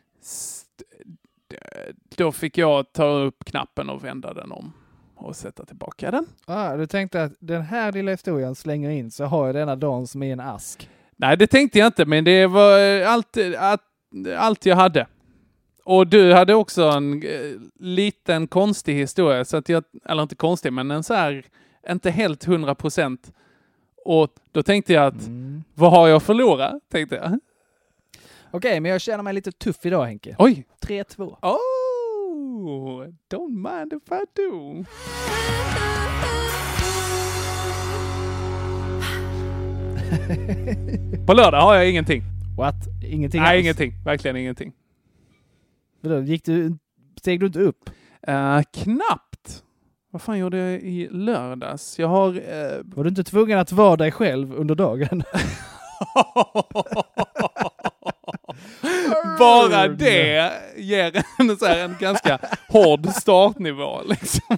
då fick jag ta upp knappen och vända den om och sätta tillbaka den. Ah, du tänkte att den här lilla historien slänger in så har jag denna dagen som är en ask. Nej, det tänkte jag inte, men det var allt, allt, allt jag hade. Och du hade också en eh, liten konstig historia, så att jag, eller inte konstig, men en så här, inte helt hundra procent. Och då tänkte jag att, mm. vad har jag förlorat, tänkte jag. Okej, okay, men jag känner mig lite tuff idag, Henke. Oj! tre två. Oh, don't mind if I do. På lördag har jag ingenting. What? Ingenting Nej, alls? ingenting. Verkligen ingenting. Då gick du, steg du inte upp? Uh, knappt. Vad fan gjorde jag i lördags? Jag har... Uh... Var du inte tvungen att vara dig själv under dagen? Bara det ger en, så här, en ganska hård startnivå. Liksom.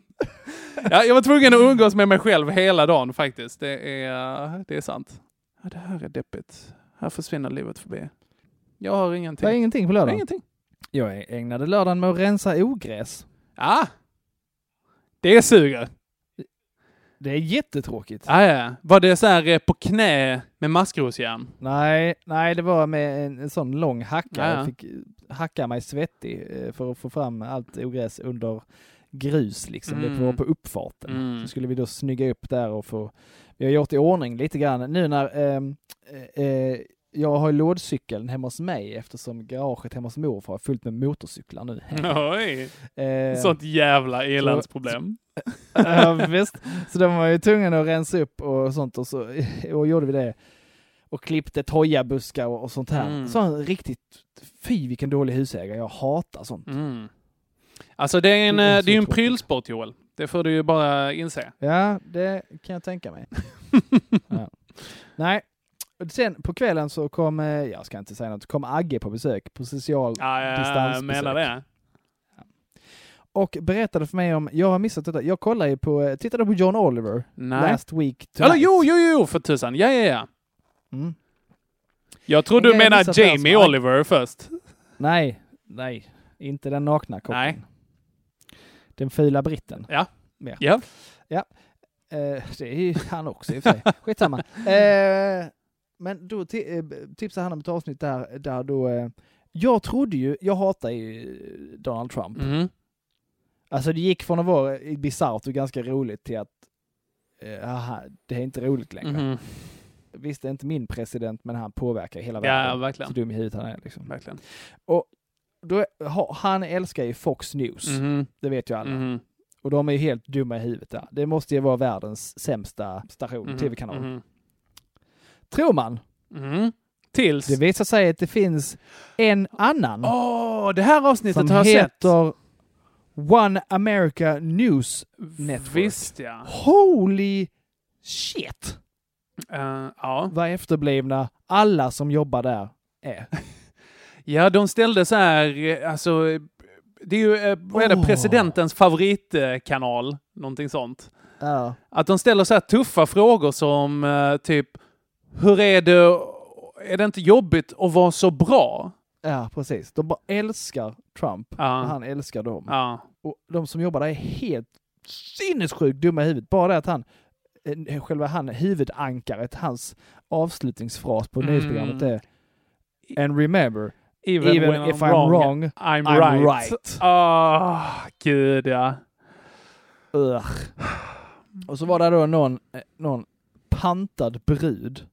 Ja, jag var tvungen att umgås med mig själv hela dagen faktiskt. Det är, det är sant. Ja, det här är deppigt. Här försvinner livet förbi. Jag har ingenting. Jag har ingenting på lördagen? Ingenting. Jag ägnade lördagen med att rensa ogräs. Ja, det suger. Det är jättetråkigt. Ah, ja. Var det så här på knä med maskrosjärn? Nej, nej, det var med en, en sån lång hacka. Ah, ja. Jag fick hacka mig svettig för att få fram allt ogräs under grus liksom. Mm. Det var på uppfarten. Mm. Så skulle vi då snygga upp där och få... Vi har gjort i ordning lite grann. Nu när... Eh, eh, jag har lådcykeln hemma hos mig eftersom garaget hemma hos morfar har fullt med motorcyklar nu. Oj! Eh, Sånt jävla elandsproblem. Ja, visst. Så de var ju tvungna att rensa upp och sånt och så och gjorde vi det. Och klippte tojabuskar och, och sånt här. Mm. Så en riktigt, fy vilken dålig husägare. Jag hatar sånt. Mm. Alltså det är en, det är det är en prylsport, Joel. Det får du ju bara inse. Ja, det kan jag tänka mig. Ja. Nej. Sen på kvällen så kom, jag ska inte säga något, kom Agge på besök, på social ja, ja, distansbesök. Jag menar det. Ja. Och berättade för mig om, jag har missat detta, jag kollade ju på, tittade på John Oliver Nej. last week tonight. Eller jo, jo, jo, för tusan. Ja, ja, ja. Mm. Jag tror du menar Jamie Oliver först. Nej, nej, inte den nakna kocken. Nej. Den fula britten. Ja. Ja. Ja. Ja. Eh, det är ju han också i och för sig. Skitsamma. Eh, Men då t- tipsade han om ett avsnitt där, där då... Eh, jag trodde ju... Jag hatar ju Donald Trump. Mm. Alltså det gick från att vara bisarrt och ganska roligt till att... Eh, aha, det är inte roligt längre. Mm. Visst, det är inte min president, men han påverkar hela världen. Ja, verkligen. Så dum i huvudet han är liksom. Verkligen. Och då, han älskar ju Fox News. Mm. Det vet ju alla. Mm. Och de är ju helt dumma i huvudet där. Det måste ju vara världens sämsta station, Mm. tv-kanal. Mm. Tror man. Mm. Tills... Det visar sig att det finns en annan. Åh, oh, det här avsnittet som har jag heter sett. One America News Network. Visst, ja. Holy shit! Uh, ja. Vad efterblivna alla som jobbar där är. Ja, de ställde så här, alltså, det är ju, vad är det, oh. presidentens favoritkanal, någonting sånt. Ja. Att de ställer så här tuffa frågor som uh, typ, hur är det, är det inte jobbigt att vara så bra? Ja, precis. De bara älskar Trump. Ja. Och han älskar dem. Ja. Och de som jobbar där är helt sinnessjukt dumma i huvudet. Bara det att han, själva han, huvudankaret, hans avslutningsfras på mm. nyhetsprogrammet är And remember, even, even if I'm wrong, wrong I'm, I'm right. right. Åh, oh, gud ja. Ugh. Och så var det då någon, någon pantad brud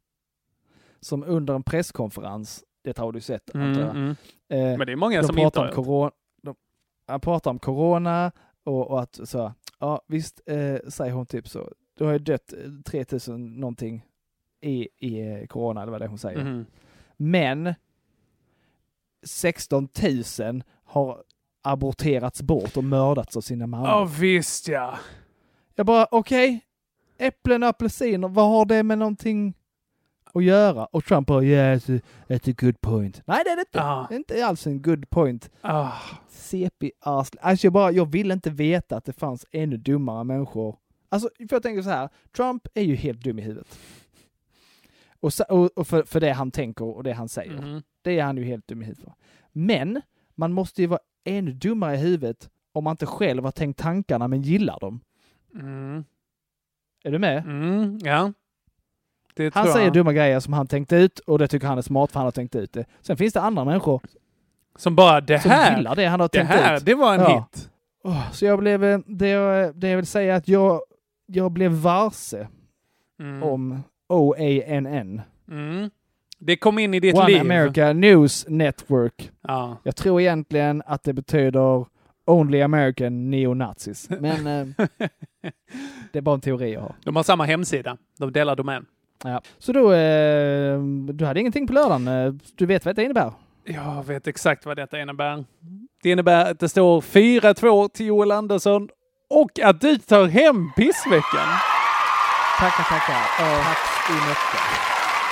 som under en presskonferens, det har du sett, mm, antar jag. Mm. Eh, Men det är många de som pratar inte om corona, de, de pratar om corona Och, och att så, ja visst, eh, säger hon typ så, du har ju dött tre tusen någonting i, i corona, eller vad det hon säger. Mm. Men sexton tusen har aborterats bort och mördats av sina mammor. Ja, visst ja. Jag bara, okej, okay, äpplen och apelsiner, vad har det med någonting att göra? Och Trump bara, yeah, it's a, it's a good point. Nej, det är det inte. Ah. Det är inte alls en good point. Ah. C P-arsl. Alltså jag bara, jag ville inte veta att det fanns ännu dummare människor. Alltså, för jag tänker så här, Trump är ju helt dum i huvudet. Och, och, och för, för det han tänker och det han säger. Mm. Det är han ju helt dum i huvudet för. Men man måste ju vara ännu dummare i huvudet om man inte själv har tänkt tankarna men gillar dem. Mm. Är du med? Mm, ja. Det han tror säger jag. dumma grejer som han tänkt ut och det tycker han är smart för han har tänkt ut det. Sen finns det andra människor som bara, det här, som gillar det han har det tänkt här, ut. Det var en ja. hit. Oh, så jag blev, det jag, det jag vill säga att jag, jag blev varse mm. om O A N N. Mm. Det kom in i ditt One liv. One America News Network. Ja. Jag tror egentligen att det betyder Only American Neonazis. Men eh, det är bara en teori jag har. De har samma hemsida. De delar domän. Ja. Så då, eh, du hade ingenting på lördagen. Du vet vad det innebär? Jag vet exakt vad detta innebär. Det innebär att det står fyra två till Joel Andersson och att du tar hem pissveckan. Tackar, tackar. Oh. Tack i nötter.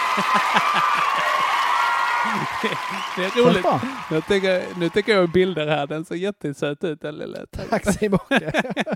Det är roligt. Nu tänker, nu tänker jag bilder här. Den ser jättesöt ut. Eller tack så mycket.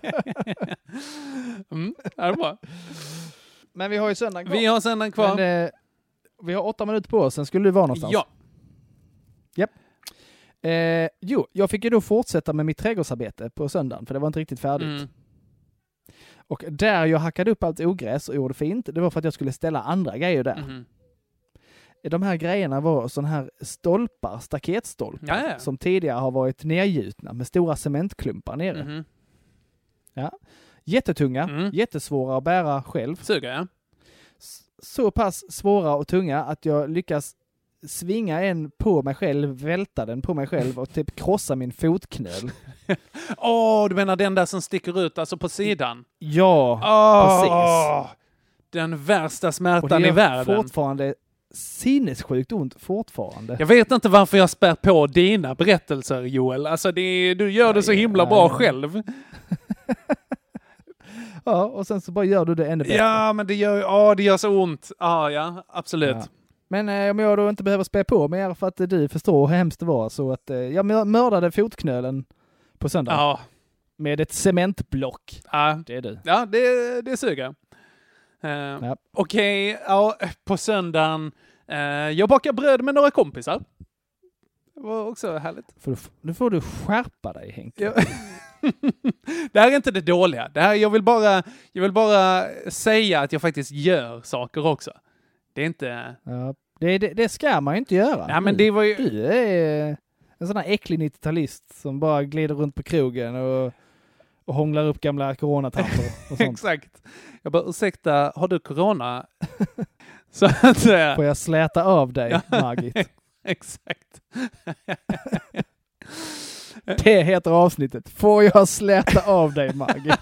mm, är det bra? Men vi har ju söndagen kvar. Vi har söndagen kvar. Men, eh, vi har åtta minuter på oss. Sen skulle du vara någonstans. Ja. Japp. Eh, jo, jag fick ju då fortsätta med mitt trädgårdsarbete på söndagen. För det var inte riktigt färdigt. Mm. Och där jag hackade upp allt ogräs och gjorde fint. Det var för att jag skulle ställa andra grejer där. Mm. De här grejerna var sån här stolpar, staketstolpar. Ja, ja. Som tidigare har varit nedgjutna med stora cementklumpar nere. Mm. Ja. Jättetunga, mm. jättesvåra att bära själv. Suga, ja. Så pass svåra och tunga att jag lyckas svinga en på mig själv, välta den på mig själv och typ krossa min fotknöl. Åh, oh, du menar den där som sticker ut alltså på sidan? Ja, oh, precis. Den värsta smärtan och det är i världen. Fortfarande sinnessjukt ont fortfarande. Jag vet inte varför jag spär på dina berättelser, Joel. Alltså det, du gör nej, det så himla nej, bra nej. själv. Ja, och sen så bara gör du det ännu bättre. Ja, men det gör, ja, det gör så ont. Ah, ja, absolut. Ja. Men eh, om jag då inte behöver spä på mer för att eh, du förstår hur hemskt det var så att eh, jag mördade fotknölen på söndag. Ja. Med ett cementblock. Ja. Det är du. Ja, det, det suger. Uh, ja. Okej, okay, ja, på söndagen uh, jag bakar bröd med några kompisar. Det var också härligt. För, nu får du skärpa dig, Henke. Ja. Det här är inte det dåliga. Det här, jag, vill bara, jag vill bara säga att jag faktiskt gör saker också. Det är inte... Ja, det, det, det ska man ju inte göra. Ja, men det var ju... Du är en sån här äcklig nittiotalist som bara glider runt på krogen och, och hånglar upp gamla coronatanter och sånt. Exakt. Jag bara, ursäkta, har du corona? Så att säga. Får jag släta av dig, Margit? Exakt. Det heter avsnittet. Får jag släta av dig, Margit?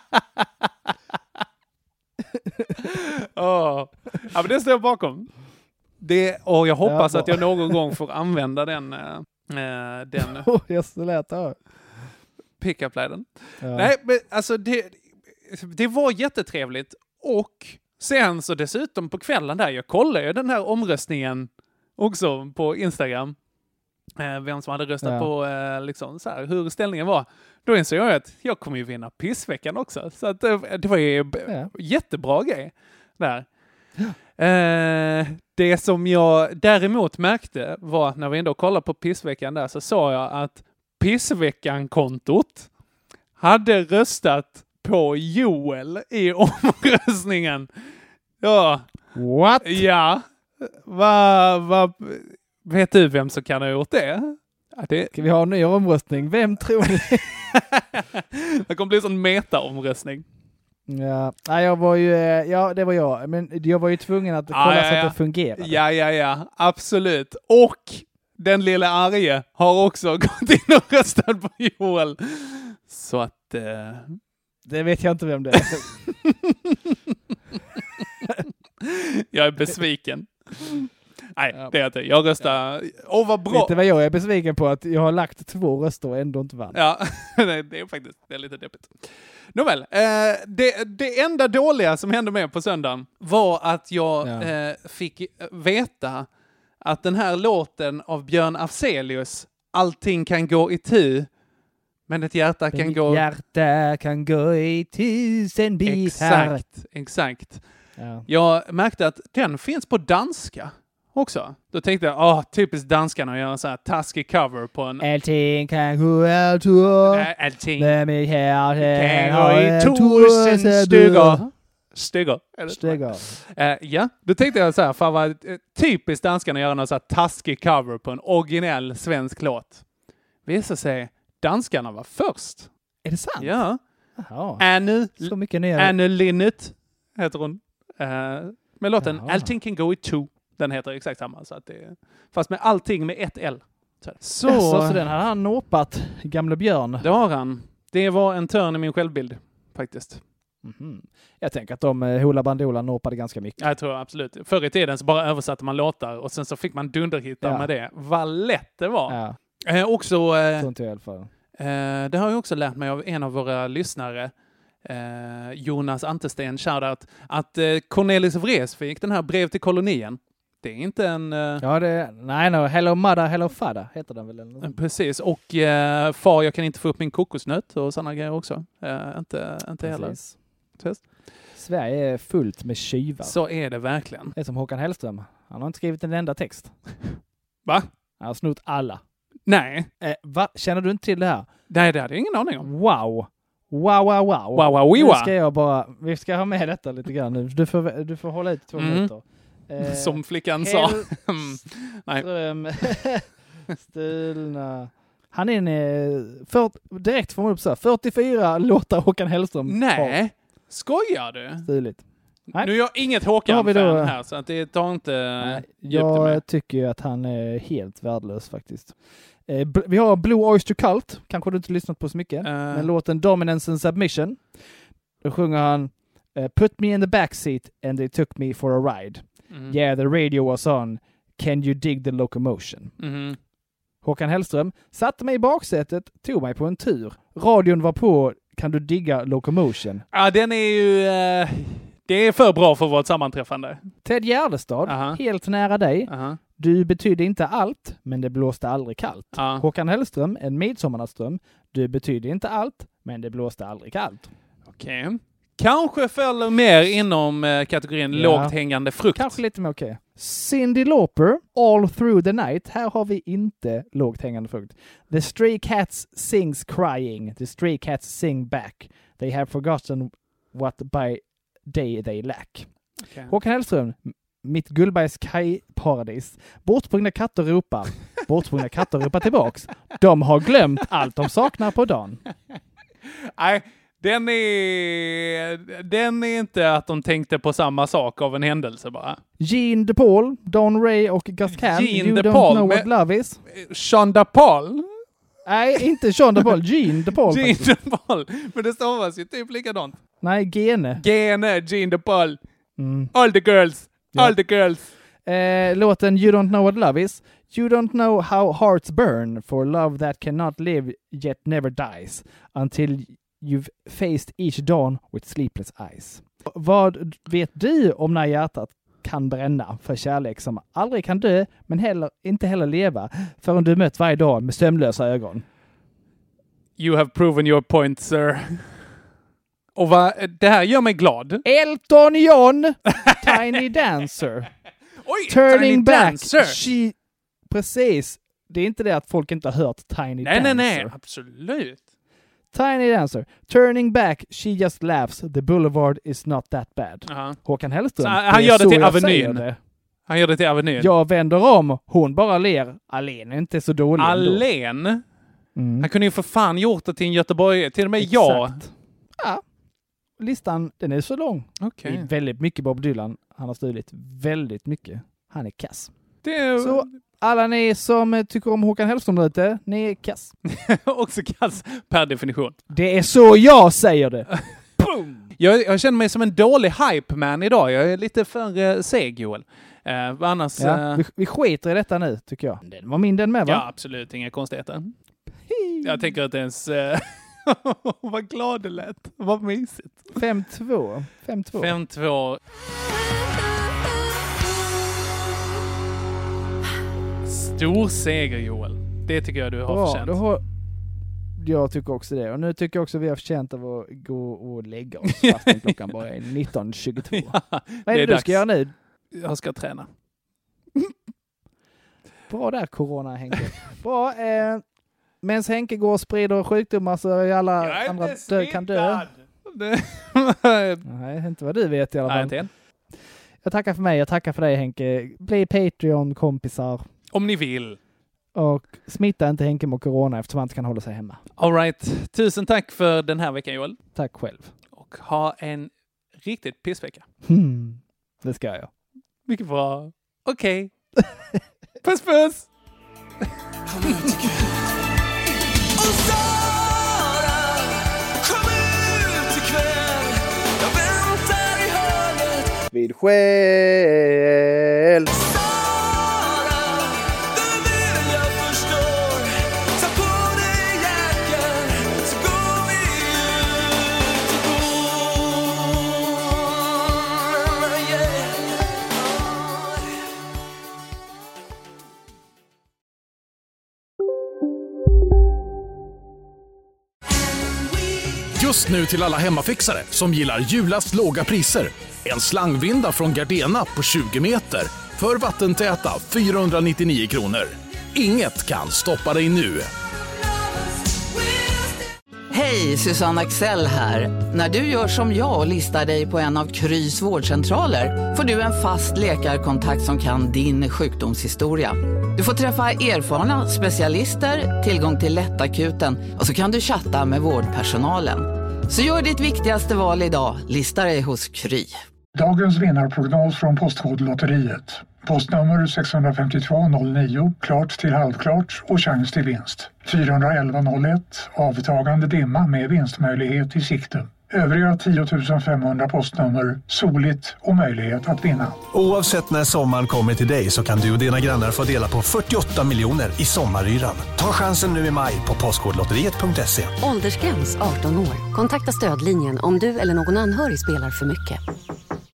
Oh. Ja, men det står jag bakom. Det, och jag hoppas ja, att jag någon gång får använda den äh, den oh, jag släta pick-up-läden. Ja. Nej, men alltså det, det var jättetrevligt och sen så dessutom på kvällen där, jag kollade ju den här omröstningen också på Instagram. Eh, vem som hade röstat ja. på eh, liksom, så här, hur ställningen var. Då insåg jag att jag kommer ju vinna pissveckan också. Så att, eh, det var ju b- ja. jättebra grej där. Ja. Eh, det som jag däremot märkte var när vi ändå kollade på pissveckan där så sa jag att pissveckan-kontot hade röstat på Joel i omröstningen. Ja. What? Ja. Vad... Va, vet du vem som kan ha gjort det? Ja, det... Ska vi ha en ny omröstning? Vem tror ni? Det kommer bli en sån meta-omröstning. Ja, nej, jag var ju, ja, det var jag. Men jag var ju tvungen att kolla ah, ja, ja. så att det fungerade. Ja, ja, ja. Absolut. Och den lilla Arje har också gått in och röstat på Joel. Så att... Eh... Det vet jag inte vem det är. Jag är besviken. Nej, ja. Det är inte. Jag röstar... Åh, oh, vad bra! Vet du vad jag är besviken på? Att jag har lagt två röster och ändå inte vann. Ja, det är faktiskt det är lite deppigt. Nåväl, eh, det, det enda dåliga som hände med på söndagen var att jag ja. eh, fick veta att den här låten av Björn Afzelius, Allting kan gå i tu, men ett hjärta kan Mitt gå... hjärta kan gå i tusen bitar. Exakt, exakt. Ja. Jag märkte att den finns på danska också. Då tänkte jag, åh, typiskt danskarna att göra en sån här taskig cover på en... Allting kan gå i tu. Allting med mitt hjärta kan gå i tusen stycken. Stycken. Stycken. Uh, ja, då tänkte jag så här, fan vad typiskt danskarna att göra någon så här taskig cover på en originell svensk låt. Visar sig, danskarna var först. Är det sant? Ja. Jaha. Anne, så mycket nyare. Anne Linnet heter hon. Uh, med låten Jaha. Allting kan gå i two. Den heter exakt samma. Så att det är, fast med allting med ett L. Så, så, så, så den har han nåpat, gamle Björn. Det har han. Det var en törn i min självbild, faktiskt. Mm-hmm. Jag tänker att de eh, Hoola Bandoola nåpade ganska mycket. Jag tror absolut. Förr i tiden så bara översatte man låtar och sen så fick man dunderhittar ja. med det. Vad lätt det var. Ja. Eh, också, eh, tror inte jag i alla fall. Eh, det har jag också lärt mig av en av våra lyssnare. Eh, Jonas Antesten, shoutout, att eh, Cornelis Vreeswijk, den här Brev till kolonien, det är inte en... Uh... Ja, det nej, no, Hello Mother, Hello Father heter den väl? Eller? Precis, och uh, Far, jag kan inte få upp min kokosnöt och sådana grejer också. Uh, inte inte heller. Test. Sverige är fullt med tjuvar. Så är det verkligen. Det är som Håkan Hellström. Han har inte skrivit en enda text. Va? Han har snott alla. Nej. Eh, va? Känner du inte till det här? Nej, det hade jag ingen aning om. Wow. Wow, wow, wow. Wow, wow, wow. Nu ska jag bara... Vi ska ha med detta lite grann nu. Du får, du får hålla ut två mm. minuter. Eh, Som flickan sa. Nej. Stulna. Han är en... För, direkt får man upp så här. fyrtiofyra låtar Håkan Hellström. Nej. Har. Skojar du? Stiligt. Nej. Nu är jag inget Håkan-fan här, så att det tar inte Nej, jag tycker att han är helt värdelös faktiskt. Eh, b- vi har Blue Oyster Cult. Kanske du inte lyssnat på så mycket. Uh. Men låten Dominance and Submission. Då sjunger han uh, Put me in the backseat and they took me for a ride. Mm. Yeah, the radio was on. Can you dig the locomotion? Mm. Håkan Hellström satte mig i baksätet, tog mig på en tur. Radion var på. Kan du digga locomotion? Ja, den är ju... Uh... Det är för bra för vårt sammanträffande. Ted Gärdestad, uh-huh. helt nära dig. Uh-huh. Du betydde inte allt, men det blåste aldrig kallt. Uh-huh. Håkan Hellström, en midsommarnattsdröm. Du betydde inte allt, men det blåste aldrig kallt. Okej. Okay. Kanske fäller mer inom eh, kategorin ja. lågt hängande frukt. Kanske lite mer okej. Okay. Cyndi Lauper, All Through the Night. Här har vi inte lågt hängande frukt. The Stray Cats sings crying. The Stray Cats sing back. They have forgotten what by day they lack. Okay. Håkan Hellström, mitt Gullbergs kajparadis. Bortsprungna katter ropar. Bortsprungna katter ropar tillbaks. De har glömt allt de saknar på dagen. Nej, den är den är inte att de tänkte på samma sak av en händelse bara. Gene DePaul, Don Ray och Gus Kahn. Gene you DePaul, don't know what love is. Sean DePaul? Nej, inte Sean DePaul. Gene DePaul. Gene DePaul. Men det stavas ju typ likadant. Nej, Gene. Gene, Gene DePaul. Mm. All the girls. Ja. All the girls. Eh, låten You Don't Know What Love Is. You don't know how hearts burn for love that cannot live yet never dies until you've faced each dawn with sleepless eyes. Vad vet du om när hjärtat kan bränna för kärlek som aldrig kan dö men heller, inte heller leva förrän du mött varje dag med sömnlösa ögon? You have proven your point, sir. Och vad, det här gör mig glad. Elton John, Tiny Dancer. Oj, Turning Tiny Back. Dancer. She... Precis. Det är inte det att folk inte har hört Tiny nej, Dancer. Nej, nej, nej. Absolut. Tiny Dancer. Turning Back. She just laughs. The boulevard is not that bad. Uh-huh. Håkan Hellström. Så han gör det till Avenyn. Han gör det till Avenyn. Jag vänder om. Hon bara ler. Alen är inte så dålig. Alen? Mm. Han kunde ju för fan gjort det till en Göteborg. Till och med Exakt. jag. Ja. Listan, den är så lång. Okay. Det är väldigt mycket Bob Dylan han har stulit. Väldigt mycket. Han är kass. Det är så Alla ni som tycker om Håkan Hellström ute, ni är kass. Också kass per definition. Det är så jag säger det. jag, jag känner mig som en dålig hype man idag. Jag är lite för uh, seg, Joel. Uh, annars, ja, uh... vi, vi skiter i detta nu, tycker jag. Den var min den med, va? Ja, absolut. Inga konstigheter. Jag tänker att ens... Uh... vad glad det lät. Vad mysigt. fem två. fem två. fem två. Stor seger, Joel. Det tycker jag du har Bra, förtjänt. Du har... Jag tycker också det. Och nu tycker jag också vi har förtjänt av att gå och lägga oss fast klockan bara är nitton tjugotvå. Ja, vad är det, det är du dags. Ska göra nu? Jag ska träna. Bra där, corona, Henke. Bra. Eh, medan Henke går och sprider sjukdomar så är alla andra dö, kan dö. Nej, inte vad du vet i alla fall. Nej, jag tackar för mig, jag tackar för dig, Henke. Bli Patreon-kompisar. Om ni vill. Och smitta inte Henke med corona eftersom han inte kan hålla sig hemma. All right. Tusen tack för den här veckan, Joel. Tack själv. Och ha en riktigt pissvecka. Hmm. Det ska jag. Mycket bra. Okej. Okay. Puss, puss! Vid själ. Just nu till alla hemmafixare som gillar Julas låga priser. En slangvinda från Gardena på tjugo meter för vattentäta fyrahundranittionio kronor. Inget kan stoppa dig nu. Hej, Susanne Axel här. När du gör som jag och listar dig på en av Krys vårdcentraler får du en fast läkarkontakt som kan din sjukdomshistoria. Du får träffa erfarna specialister, tillgång till lättakuten och så kan du chatta med vårdpersonalen. Så gör ditt viktigaste val idag, lista dig hos Kry. Dagens vinnarprognos från Postkodlotteriet. Postnummer sex fem två noll nio, klart till halvklart och chans till vinst. fyra ett ett noll ett, avtagande dimma med vinstmöjlighet i sikte. Övriga tio tusen femhundra postnummer, soligt och möjlighet att vinna. Oavsett när sommaren kommer till dig så kan du och dina grannar få dela på fyrtioåtta miljoner i sommaryran. Ta chansen nu i maj på postkodlotteriet punkt se. Åldersgräns arton år. Kontakta stödlinjen om du eller någon anhörig spelar för mycket.